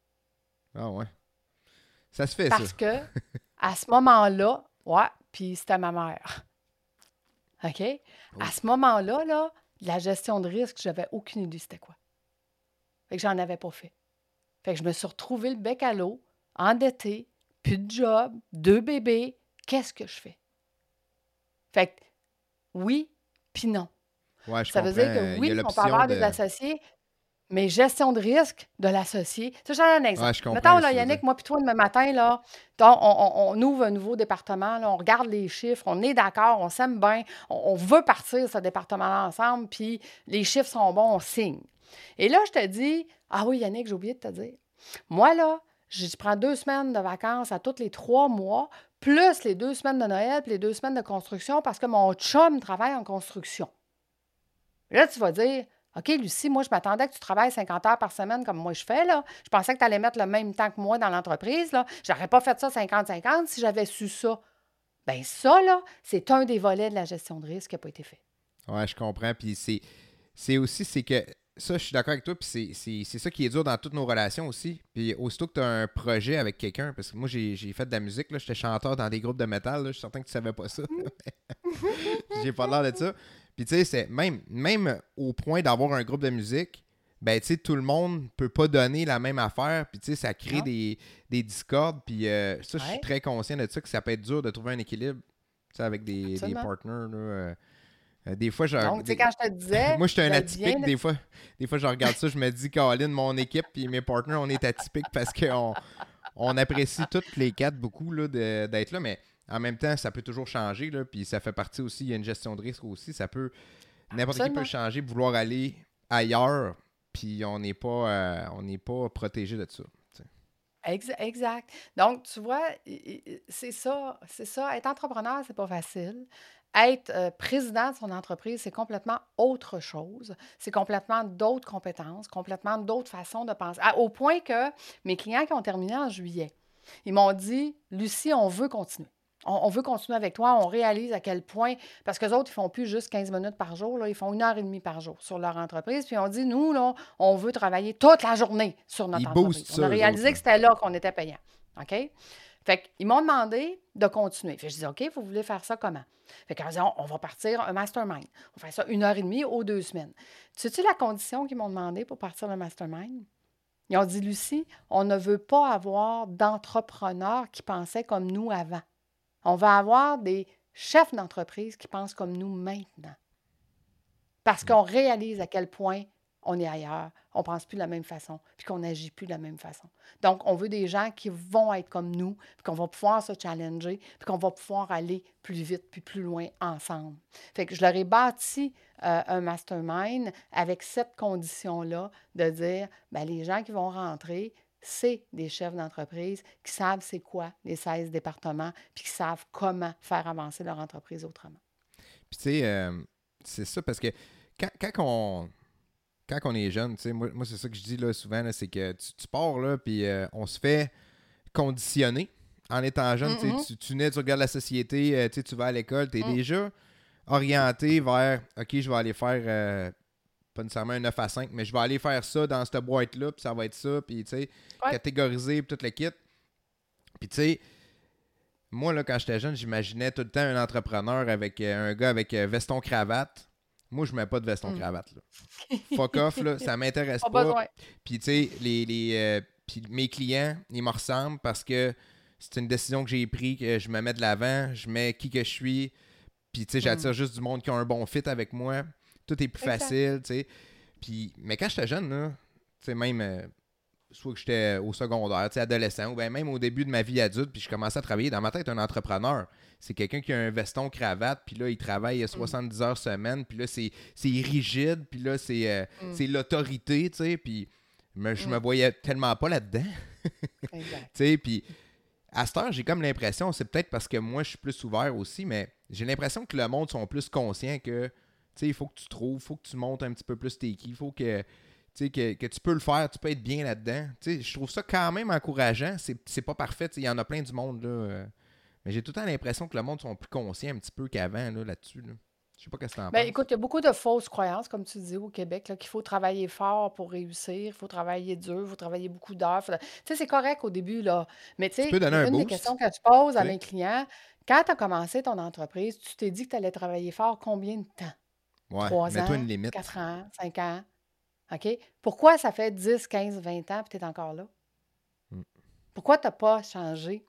ah ouais, ça se fait ça. Parce que, à ce moment-là, ouais, puis c'était ma mère. OK? À Oh. ce moment-là, là, la gestion de risque, j'avais aucune idée c'était quoi. Fait que j'en avais pas fait. Fait que je me suis retrouvée le bec à l'eau, endettée, plus de job, 2 bébés. Qu'est-ce que je fais? Fait que oui, puis non. Ouais, je Ça veut comprends. dire que Il y a oui, on peut l'option avoir des de. associés, mais gestion de risque de l'associé. Tu sais, je te donne un Ouais, exemple. je comprends Mettons, ce que là, tu veux dire. Yannick, moi puis toi, demain matin, là, donc, on ouvre un nouveau département, là, on regarde les chiffres, on est d'accord, on s'aime bien, on veut partir ce département-là ensemble, puis les chiffres sont bons, on signe. Et là, je te dis, ah oui, Yannick, j'ai oublié de te dire. Moi, là, je prends 2 semaines de vacances à tous les 3 mois, plus les 2 semaines de Noël, puis les 2 semaines de construction, parce que mon chum travaille en construction. Là, tu vas dire, OK, Lucie, moi, je m'attendais que tu travailles 50 heures par semaine comme moi je fais, là. Je pensais que tu allais mettre le même temps que moi dans l'entreprise, là. J'aurais pas fait ça 50-50 si j'avais su ça. Bien, ça, là, c'est un des volets de la gestion de risque qui n'a pas été fait. Ouais, je comprends. Puis c'est aussi, c'est que ça, je suis d'accord avec toi. Puis c'est ça qui est dur dans toutes nos relations aussi. Puis aussitôt que tu as un projet avec quelqu'un, parce que moi, j'ai fait de la musique, là, j'étais chanteur dans des groupes de métal, là, je suis certain que tu savais pas ça. J'ai pas l'air de ça. Puis tu sais, c'est même au point d'avoir un groupe de musique, ben tu sais, tout le monde peut pas donner la même affaire. Puis tu sais, ça crée Non? des discordes. Puis ça, je suis Oui, très conscient de ça, que ça peut être dur de trouver un équilibre, tu sais, avec des absolument. partners, là. Des fois, Donc, tu sais, quand je te disais, moi, je suis un je le viens atypique. de... Des fois, je regarde ça, je me dis, Caroline, mon équipe et mes partners, on est atypiques parce qu'on apprécie toutes les quatre beaucoup là, d'être là, mais en même temps, ça peut toujours changer. Là, puis ça fait partie aussi, il y a une gestion de risque aussi. N'importe qui peut Absolument. changer, vouloir aller ailleurs, puis on n'est pas protégé de ça. Tu sais. Exact. Donc, tu vois, c'est ça, c'est ça. Être entrepreneur, c'est pas facile. Être président de son entreprise, c'est complètement autre chose. C'est complètement d'autres compétences, complètement d'autres façons de penser. Au point que mes clients qui ont terminé en juillet, ils m'ont dit, Lucie, on veut continuer. On veut continuer avec toi. On réalise à quel point, parce que les autres, ils font plus juste 15 minutes par jour, là, ils font 1 heure et demie par jour sur leur entreprise. Puis on dit, nous, là, on veut travailler toute la journée sur Ils notre boostent entreprise. On a ça, eux autres. réalisé Là. que c'était là qu'on était payant. OK? Fait qu'ils m'ont demandé de continuer. Fait que je dis, OK, vous voulez faire ça comment? Fait qu'on dit, on va partir un mastermind. On va faire ça 1 heure et demie aux 2 semaines. Sais-tu la condition qu'ils m'ont demandé pour partir le mastermind? Ils ont dit, Lucie, on ne veut pas avoir d'entrepreneurs qui pensaient comme nous avant. On va avoir des chefs d'entreprise qui pensent comme nous maintenant. Parce qu'on réalise à quel point on est ailleurs, on ne pense plus de la même façon, puis qu'on n'agit plus de la même façon. Donc, on veut des gens qui vont être comme nous, puis qu'on va pouvoir se challenger, puis qu'on va pouvoir aller plus vite, puis plus loin ensemble. Fait que je leur ai bâti un mastermind avec cette condition-là de dire, bien, les gens qui vont rentrer, c'est des chefs d'entreprise qui savent c'est quoi les 16 départements, puis qui savent comment faire avancer leur entreprise autrement. Puis tu sais, c'est ça parce que quand on quand on est jeune, tu sais, moi c'est ça que je dis là, souvent, là, c'est que tu pars là, puis on se fait conditionner en étant jeune. Mhm. Tu nais, tu regardes la société, tu vas à l'école, tu es déjà orienté vers OK, je vais aller faire pas nécessairement un 9 à 5, mais je vais aller faire ça dans cette boîte-là, puis ça va être ça, puis tu sais, Ouais. catégoriser, puis tout le kit. Puis tu sais, moi, là, quand j'étais jeune, j'imaginais tout le temps un entrepreneur avec un gars avec veston-cravate. Moi, je mets pas de Mm. veston-cravate, là. Fuck off, là, ça m'intéresse Pas pas. besoin. Puis, tu sais, puis mes clients, ils me ressemblent parce que c'est une décision que j'ai prise, que je me mets de l'avant, je mets qui que je suis, puis, tu sais, Mm. j'attire juste du monde qui a un bon fit avec moi. Tout est plus Exact. facile, tu sais. Puis, mais quand j'étais jeune, là, tu sais, même, soit que j'étais au secondaire, tu sais, adolescent, ou bien même au début de ma vie adulte, puis je commençais à travailler. Dans ma tête, un entrepreneur, c'est quelqu'un qui a un veston cravate, puis là, il travaille Mm. 70 heures semaine, puis là, c'est rigide, puis là, Mm. c'est l'autorité, tu sais, puis je me Mm. voyais tellement pas là-dedans, Exact. tu sais, puis à cette heure, j'ai comme l'impression, c'est peut-être parce que moi, je suis plus ouvert aussi, mais j'ai l'impression que le monde sont plus conscients que, tu sais, il faut que tu trouves, il faut que tu montes un petit peu plus tes qui, il faut que, tu sais, que tu peux le faire, tu peux être bien là-dedans. Tu sais, je trouve ça quand même encourageant. C'est pas parfait, tu sais, il y en a plein du monde, là. Mais j'ai tout le temps l'impression que le monde sont plus conscients un petit peu qu'avant, là-dessus, là. Je sais pas ce que t'en Ben, penses. écoute, il y a beaucoup de fausses croyances, comme tu dis, au Québec, là, qu'il faut travailler fort pour réussir, il faut travailler dur, il faut travailler beaucoup d'heures. Tu sais, c'est correct au début, là. Mais tu Tu peux sais, donner un une des boost, questions que je pose tu à sais. mes clients, quand tu as commencé ton entreprise, tu t'es dit que tu allais travailler fort combien de temps? Ouais, 3 mets-toi ans, une limite. 4 ans, 5 ans? OK? Pourquoi ça fait 10, 15, 20 ans et tu es encore là? Mm, Pourquoi tu n'as pas changé?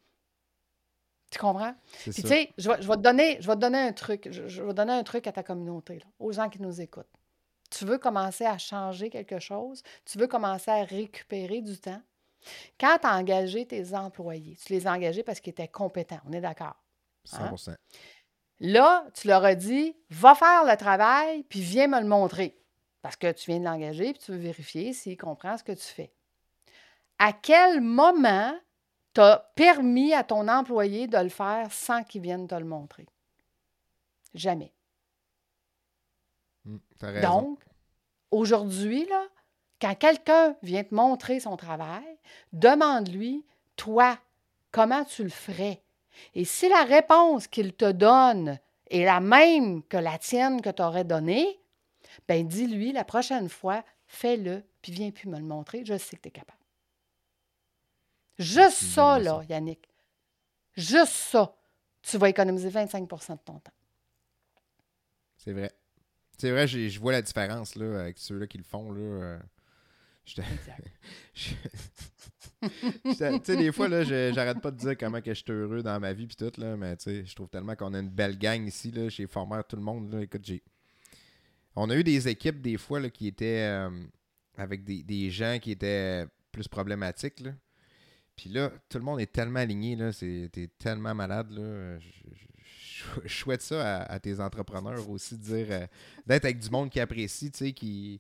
Tu comprends? c'est Puis tu ça. sais, je vais te donner un truc. Je vais te donner un truc à ta communauté, là, aux gens qui nous écoutent. Tu veux commencer à changer quelque chose, tu veux commencer à récupérer du temps. Quand tu as engagé tes employés, tu les as engagés parce qu'ils étaient compétents, on est d'accord. Hein? 100%. Là, tu leur as dit, va faire le travail, puis viens me le montrer. Parce que tu viens de l'engager, puis tu veux vérifier s'il comprend ce que tu fais. À quel moment tu as permis à ton employé de le faire sans qu'il vienne te le montrer? Jamais. T'as raison. Donc, aujourd'hui, là, quand quelqu'un vient te montrer son travail, demande-lui, toi, comment tu le ferais? Et si la réponse qu'il te donne est la même que la tienne que tu aurais donnée, bien, dis-lui la prochaine fois, fais-le, puis viens plus me le montrer, je sais que tu es capable. Ah, Juste c'est une bonne ça, leçon. là, Yannick, juste ça, tu vas économiser 25 de ton temps. C'est vrai. C'est vrai, je vois la différence là, avec ceux-là qui le font. Là, je te- Exact. je- tu sais, des fois, là, j'arrête pas de dire comment que je suis heureux dans ma vie pis tout, là, mais tu sais, je trouve tellement qu'on a une belle gang ici, là, chez Former, tout le monde. Là, écoute, on a eu des équipes des fois là, qui étaient avec des gens qui étaient plus problématiques. Là. Puis là, tout le monde est tellement aligné, là, t'es tellement malade. Là, je souhaite ça à tes entrepreneurs aussi, de dire d'être avec du monde qui apprécie, tu sais, qui.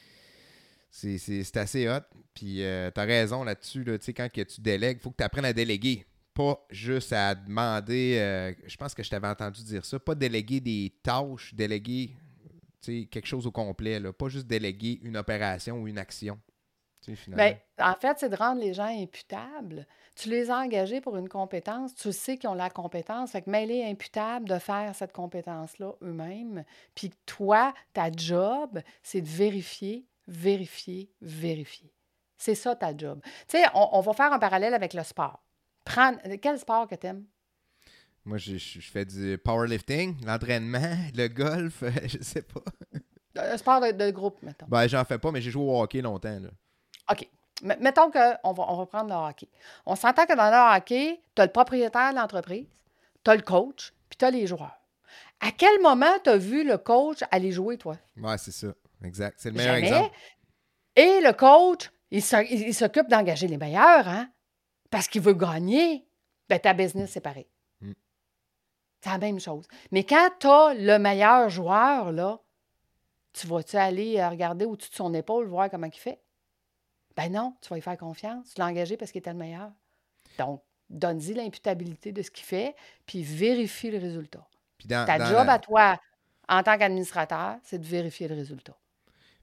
C'est assez hot. Puis t'as raison là-dessus. Là, tu sais, quand que tu délègues, il faut que tu apprennes à déléguer. Pas juste à demander. Je pense que je t'avais entendu dire ça. Pas déléguer des tâches, déléguer quelque chose au complet. Là. Pas juste déléguer une opération ou une action. Bien, Finalement. en fait, c'est de rendre les gens imputables. Tu les as engagés pour une compétence, tu sais qu'ils ont la compétence, fait que mets-les imputables de faire cette compétence-là eux-mêmes. Puis toi, ta job, c'est de vérifier, vérifier, vérifier. C'est ça ta job. Tu sais, on va faire un parallèle avec le sport. Quel sport que tu aimes? Moi, je fais du powerlifting, l'entraînement, le golf, je sais pas. Un sport de groupe, mettons. Ben, j'en fais pas, mais j'ai joué au hockey longtemps. Là. OK. Mettons qu'on va prendre le hockey. On s'entend que dans le hockey, tu as le propriétaire de l'entreprise, tu as le coach, puis tu as les joueurs. À quel moment tu as vu le coach aller jouer, toi? Ouais, c'est ça. Exact. C'est le meilleur Jamais. exemple. Et le coach, il s'occupe d'engager les meilleurs, hein? Parce qu'il veut gagner. Bien, ta business, c'est pareil. Mm. C'est la même chose. Mais quand tu as le meilleur joueur, là, tu vas-tu aller regarder au-dessus de son épaule, voir comment il fait? Ben non, tu vas lui faire confiance. Tu l'as engagé parce qu'il était le meilleur. Donc, donne-y l'imputabilité de ce qu'il fait, puis vérifie le résultat. Puis Ta dans job la. à toi, en tant qu'administrateur, c'est de vérifier le résultat.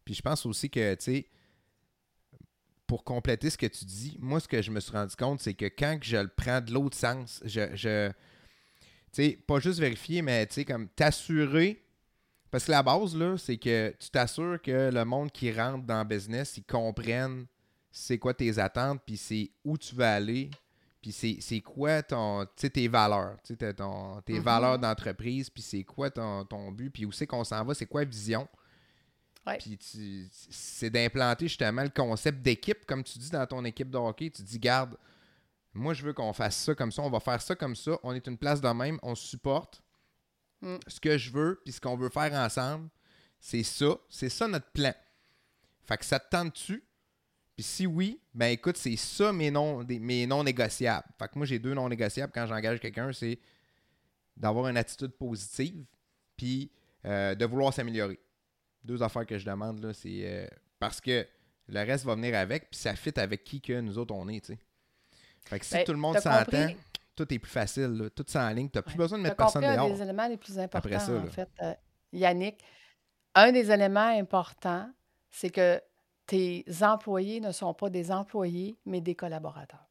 Puis je pense aussi que, tu sais, pour compléter ce que tu dis, moi, ce que je me suis rendu compte, c'est que quand je le prends de l'autre sens, tu sais, pas juste vérifier, mais tu sais, comme t'assurer. Parce que la base, là, c'est que tu t'assures que le monde qui rentre dans le business, ils comprennent c'est quoi tes attentes, puis c'est où tu veux aller, puis c'est quoi tes valeurs, tes valeurs Mhm. d'entreprise, puis c'est quoi ton but, puis où c'est qu'on s'en va, c'est quoi la vision. Ouais. Puis c'est d'implanter justement le concept d'équipe, comme tu dis dans ton équipe de hockey. Tu dis, garde, moi je veux qu'on fasse ça comme ça, on va faire ça comme ça, on est une place de même, on se supporte. Mm. Ce que je veux, puis ce qu'on veut faire ensemble, c'est ça notre plan. Fait que ça te tente-tu? Puis si oui, ben écoute, c'est ça mes non négociables. Fait que moi, j'ai 2 non négociables quand j'engage quelqu'un, c'est d'avoir une attitude positive, puis de vouloir s'améliorer. 2 affaires que je demande, là, c'est parce que le reste va venir avec, puis ça fit avec qui que nous autres on est, tu sais. Fait que si Ben, tout le monde t'as s'entend, compris. tout est plus facile, là, tout s'enligne, t'as plus Ouais. besoin de Tu as mettre compris personne un des dehors éléments les plus après ça, importants, en là. fait, Yannick. Un des éléments importants, c'est que tes employés ne sont pas des employés, mais des collaborateurs.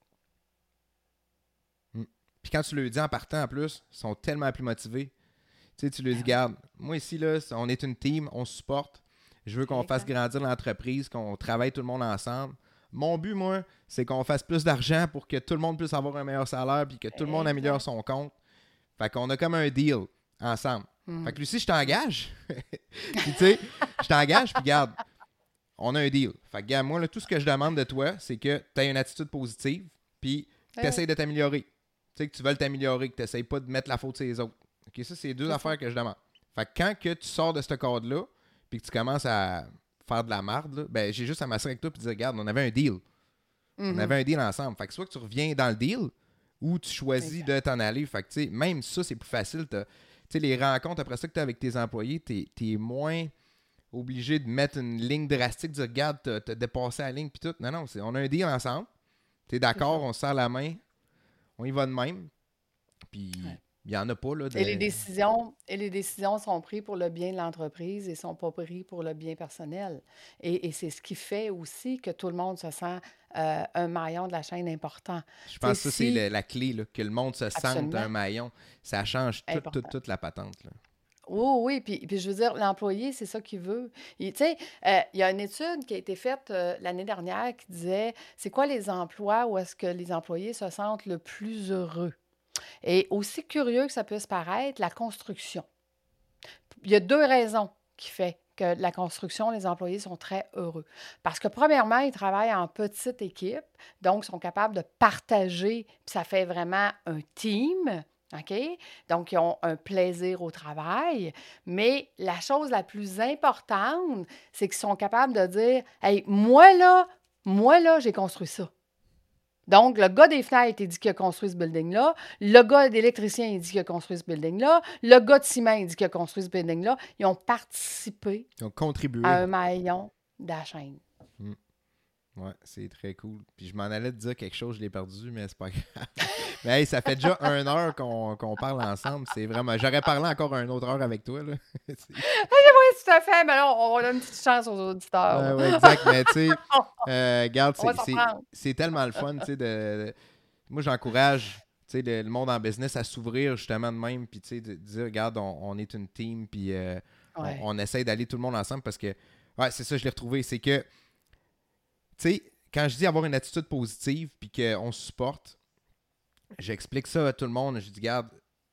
Mm. Puis quand tu le dis en partant, en plus, ils sont tellement plus motivés. Tu sais, tu lui dis, Ben oui, garde, moi ici, là, on est une team, on se supporte. Je veux qu'on fasse exact. grandir l'entreprise, qu'on travaille tout le monde ensemble. Mon but, moi, c'est qu'on fasse plus d'argent pour que tout le monde puisse avoir un meilleur salaire puis que tout le monde améliore Exact. son compte. Fait qu'on a comme un deal ensemble. Fait Mm. que Lucie, je t'engage. Puis tu sais, je t'engage, puis garde, on a un deal. Fait que, garde, moi, là, tout ce que je demande de toi, c'est que tu aies une attitude positive, puis que tu Oui, essaies de t'améliorer. Tu sais, que tu veux t'améliorer, que tu n'essayes pas de mettre la faute sur les autres. OK, ça, c'est 2 c'est ça. affaires que je demande. Fait que quand que tu sors de ce cadre-là, puis que tu commences à faire de la marde, là, ben, j'ai juste à m'assurer avec toi et dire, regarde, on avait un deal. On Mhm. avait un deal ensemble. Fait que soit que tu reviens dans le deal, ou tu choisis Exact. de t'en aller. Fait que, tu sais, même ça, c'est plus facile. Tu sais, les rencontres après ça que tu as avec tes employés, t'es moins obligé de mettre une ligne drastique, de dire, regarde, t'as dépassé la ligne, puis tout. Non, non, on a un deal ensemble. T'es C'est d'accord, ça. on se serre la main, on y va de même. Puis, Ouais. il n'y en a pas, là, Et les de... décisions, et les décisions sont prises pour le bien de l'entreprise et ne sont pas prises pour le bien personnel. Et c'est ce qui fait aussi que tout le monde se sent un maillon de la chaîne important. Je Tu sais, pense que ça, c'est si, la clé, là, que le monde se sente un absolument, maillon. Ça change important. toute la patente, là. Oui, oui, puis je veux dire, l'employé, c'est ça qu'il veut. Tu sais, il y a une étude qui a été faite l'année dernière qui disait, c'est quoi les emplois où est-ce que les employés se sentent le plus heureux? Et aussi curieux que ça puisse paraître, la construction. Il y a 2 raisons qui font que la construction, les employés sont très heureux. Parce que premièrement, ils travaillent en petite équipe, donc ils sont capables de partager, puis ça fait vraiment un team. OK? Donc, ils ont un plaisir au travail. Mais la chose la plus importante, c'est qu'ils sont capables de dire, hey, moi là, j'ai construit ça. Donc, le gars des fenêtres, il dit qu'il a construit ce building-là. Le gars d'électricien, il dit qu'il a construit ce building-là. Le gars de ciment, il dit qu'il a construit ce building-là. Ils ont participé Ils ont à contribué. un maillon de la chaîne. Mm. Ouais, c'est très cool. Puis je m'en allais te dire quelque chose, je l'ai perdu, mais c'est pas grave. Mais hey, ça fait déjà 1 heure qu'on parle ensemble. C'est vraiment. J'aurais parlé encore 1 autre heure avec toi, là. Oui, tout à fait. Mais là, on donne une petite chance aux auditeurs, Ouais, là. ouais, exact. Mais tu sais, regarde, On va s'en prendre. c'est tellement le fun, tu sais, moi, j'encourage, tu sais, le monde en business à s'ouvrir justement de même, puis tu sais, de dire, regarde, on est une team, puis Ouais. on essaye d'aller tout le monde ensemble parce que, ouais, c'est ça, je l'ai retrouvé, c'est que, tu sais, quand je dis avoir une attitude positive, puis qu'on se supporte, j'explique ça à tout le monde, je dis, regarde,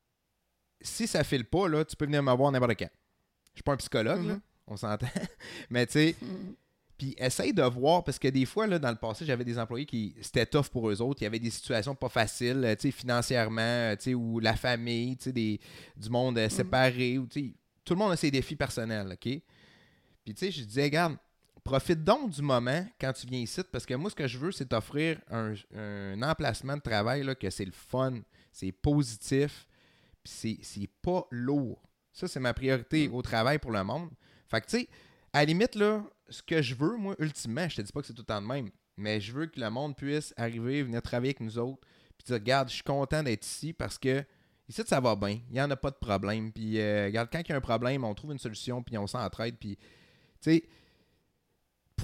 si ça file pas, là, tu peux venir me voir n'importe quand. Je suis pas un psychologue, là, Mhm. on s'entend, mais tu sais, Mhm. puis essaye de voir, parce que des fois, là, dans le passé, j'avais des employés qui, c'était tough pour eux autres. Il y avait des situations pas faciles, tu sais, financièrement, tu sais, ou la famille, tu sais, du monde Mhm. séparé, ou tu sais, tout le monde a ses défis personnels, OK? Puis tu sais, je disais, regarde, profite donc du moment quand tu viens ici, parce que moi, ce que je veux, c'est t'offrir un emplacement de travail, là, que c'est le fun, c'est positif, puis c'est pas lourd. Ça, c'est ma priorité Mhm. au travail pour le monde. Fait que, tu sais, à la limite, là, ce que je veux, moi, ultimement, je te dis pas que c'est tout le temps de même, mais je veux que le monde puisse arriver, venir travailler avec nous autres, puis dire, regarde, je suis content d'être ici parce que ici, ça va bien, il n'y en a pas de problème. Puis, regarde, quand il y a un problème, on trouve une solution, puis on s'entraide, puis, tu sais,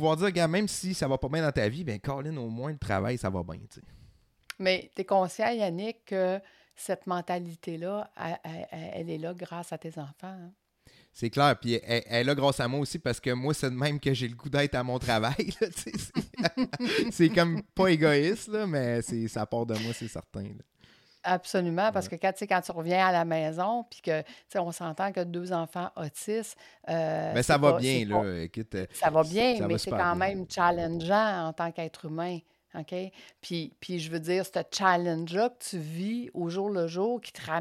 pouvoir dire, regarde, même si ça va pas bien dans ta vie, bien, Colin, au moins, le travail, ça va bien, tu sais. Mais tu es conscient, Yannick, que cette mentalité-là, elle est là grâce à tes enfants. Hein? C'est clair. Puis elle est là grâce à moi aussi parce que moi, c'est de même que j'ai le goût d'être à mon travail. Là, c'est comme pas égoïste, là, mais ça part de moi, c'est certain. Là. Absolument, parce Ouais. que quand tu reviens à la maison, puis que, tu sais, on s'entend que 2 enfants autistes, Mais ça c'est va pas, bien, là. Écoute, ça va bien, ça va mais c'est super quand bien. même challengeant en tant qu'être humain, OK? Puis je veux dire, ce challenge-là que tu vis au jour le jour,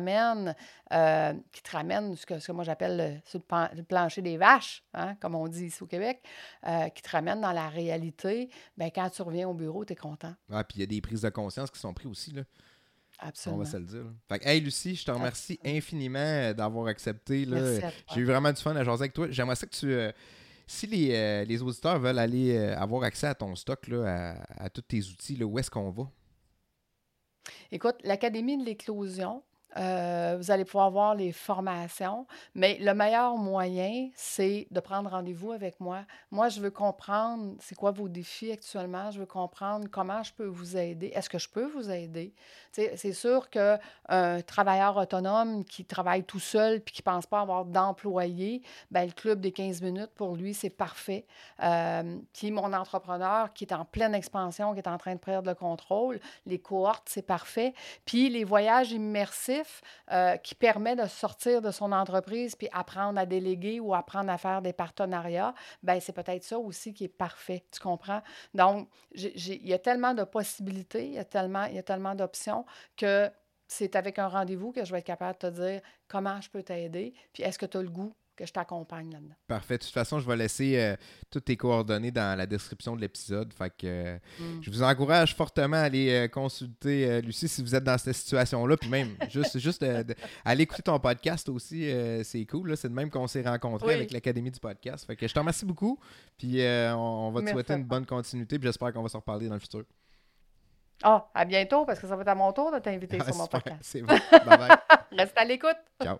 qui te ramène ce que moi j'appelle sur le plancher des vaches, hein, comme on dit ici au Québec, qui te ramène dans la réalité, bien, quand tu reviens au bureau, tu es content. Ah, puis il y a des prises de conscience qui sont prises aussi, là. On va Absolument. se le dire. Là. Fait que, hey, Lucie, je te remercie Absolument. infiniment d'avoir accepté. Là. Merci à J'ai toi. eu vraiment du fun à jaser avec toi. J'aimerais ça que si les auditeurs veulent aller avoir accès à ton stock, là, à tous tes outils, là, où est-ce qu'on va? Écoute, l'Académie de l'éclosion, vous allez pouvoir voir les formations, mais le meilleur moyen, c'est de prendre rendez-vous avec moi. Moi, je veux comprendre c'est quoi vos défis actuellement. Je veux comprendre comment je peux vous aider. Est-ce que je peux vous aider? Tu sais, c'est sûr qu'un travailleur autonome qui travaille tout seul puis qui ne pense pas avoir d'employé, ben, le club des 15 minutes, pour lui, c'est parfait. Puis mon entrepreneur qui est en pleine expansion, qui est en train de perdre le contrôle, les cohortes, c'est parfait. Puis les voyages immersifs qui permettent de sortir de son entreprise puis apprendre à déléguer ou apprendre à faire des partenariats, ben c'est peut-être ça aussi qui est parfait. Tu comprends? Donc, il y a tellement de possibilités, il y a tellement d'options que c'est avec un rendez-vous que je vais être capable de te dire comment je peux t'aider, puis est-ce que tu as le goût que je t'accompagne là-dedans. Parfait. De toute façon, je vais laisser toutes tes coordonnées dans la description de l'épisode. Fait que Mm. je vous encourage fortement à aller consulter Lucie si vous êtes dans cette situation-là. Puis même, juste aller écouter ton podcast aussi, c'est cool. Là. C'est de même qu'on s'est rencontrés avec Oui, l'Académie du podcast. Fait que je te remercie beaucoup. Puis on va te merci souhaiter à une toi. bonne continuité. Puis j'espère qu'on va se reparler dans le futur. Ah, à bientôt parce que ça va être à mon tour de t'inviter Ah, sur mon super. podcast. C'est bon. Bye bye. Reste à l'écoute. Ciao.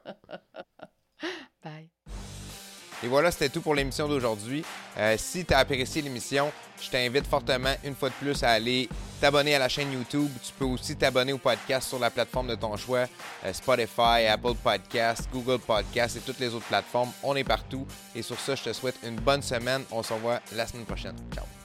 Bye. Et voilà, c'était tout pour l'émission d'aujourd'hui. Si tu as apprécié l'émission, je t'invite fortement, une fois de plus, à aller t'abonner à la chaîne YouTube. Tu peux aussi t'abonner au podcast sur la plateforme de ton choix, Spotify, Apple Podcasts, Google Podcasts et toutes les autres plateformes. On est partout. Et sur ça, je te souhaite une bonne semaine. On se revoit la semaine prochaine. Ciao.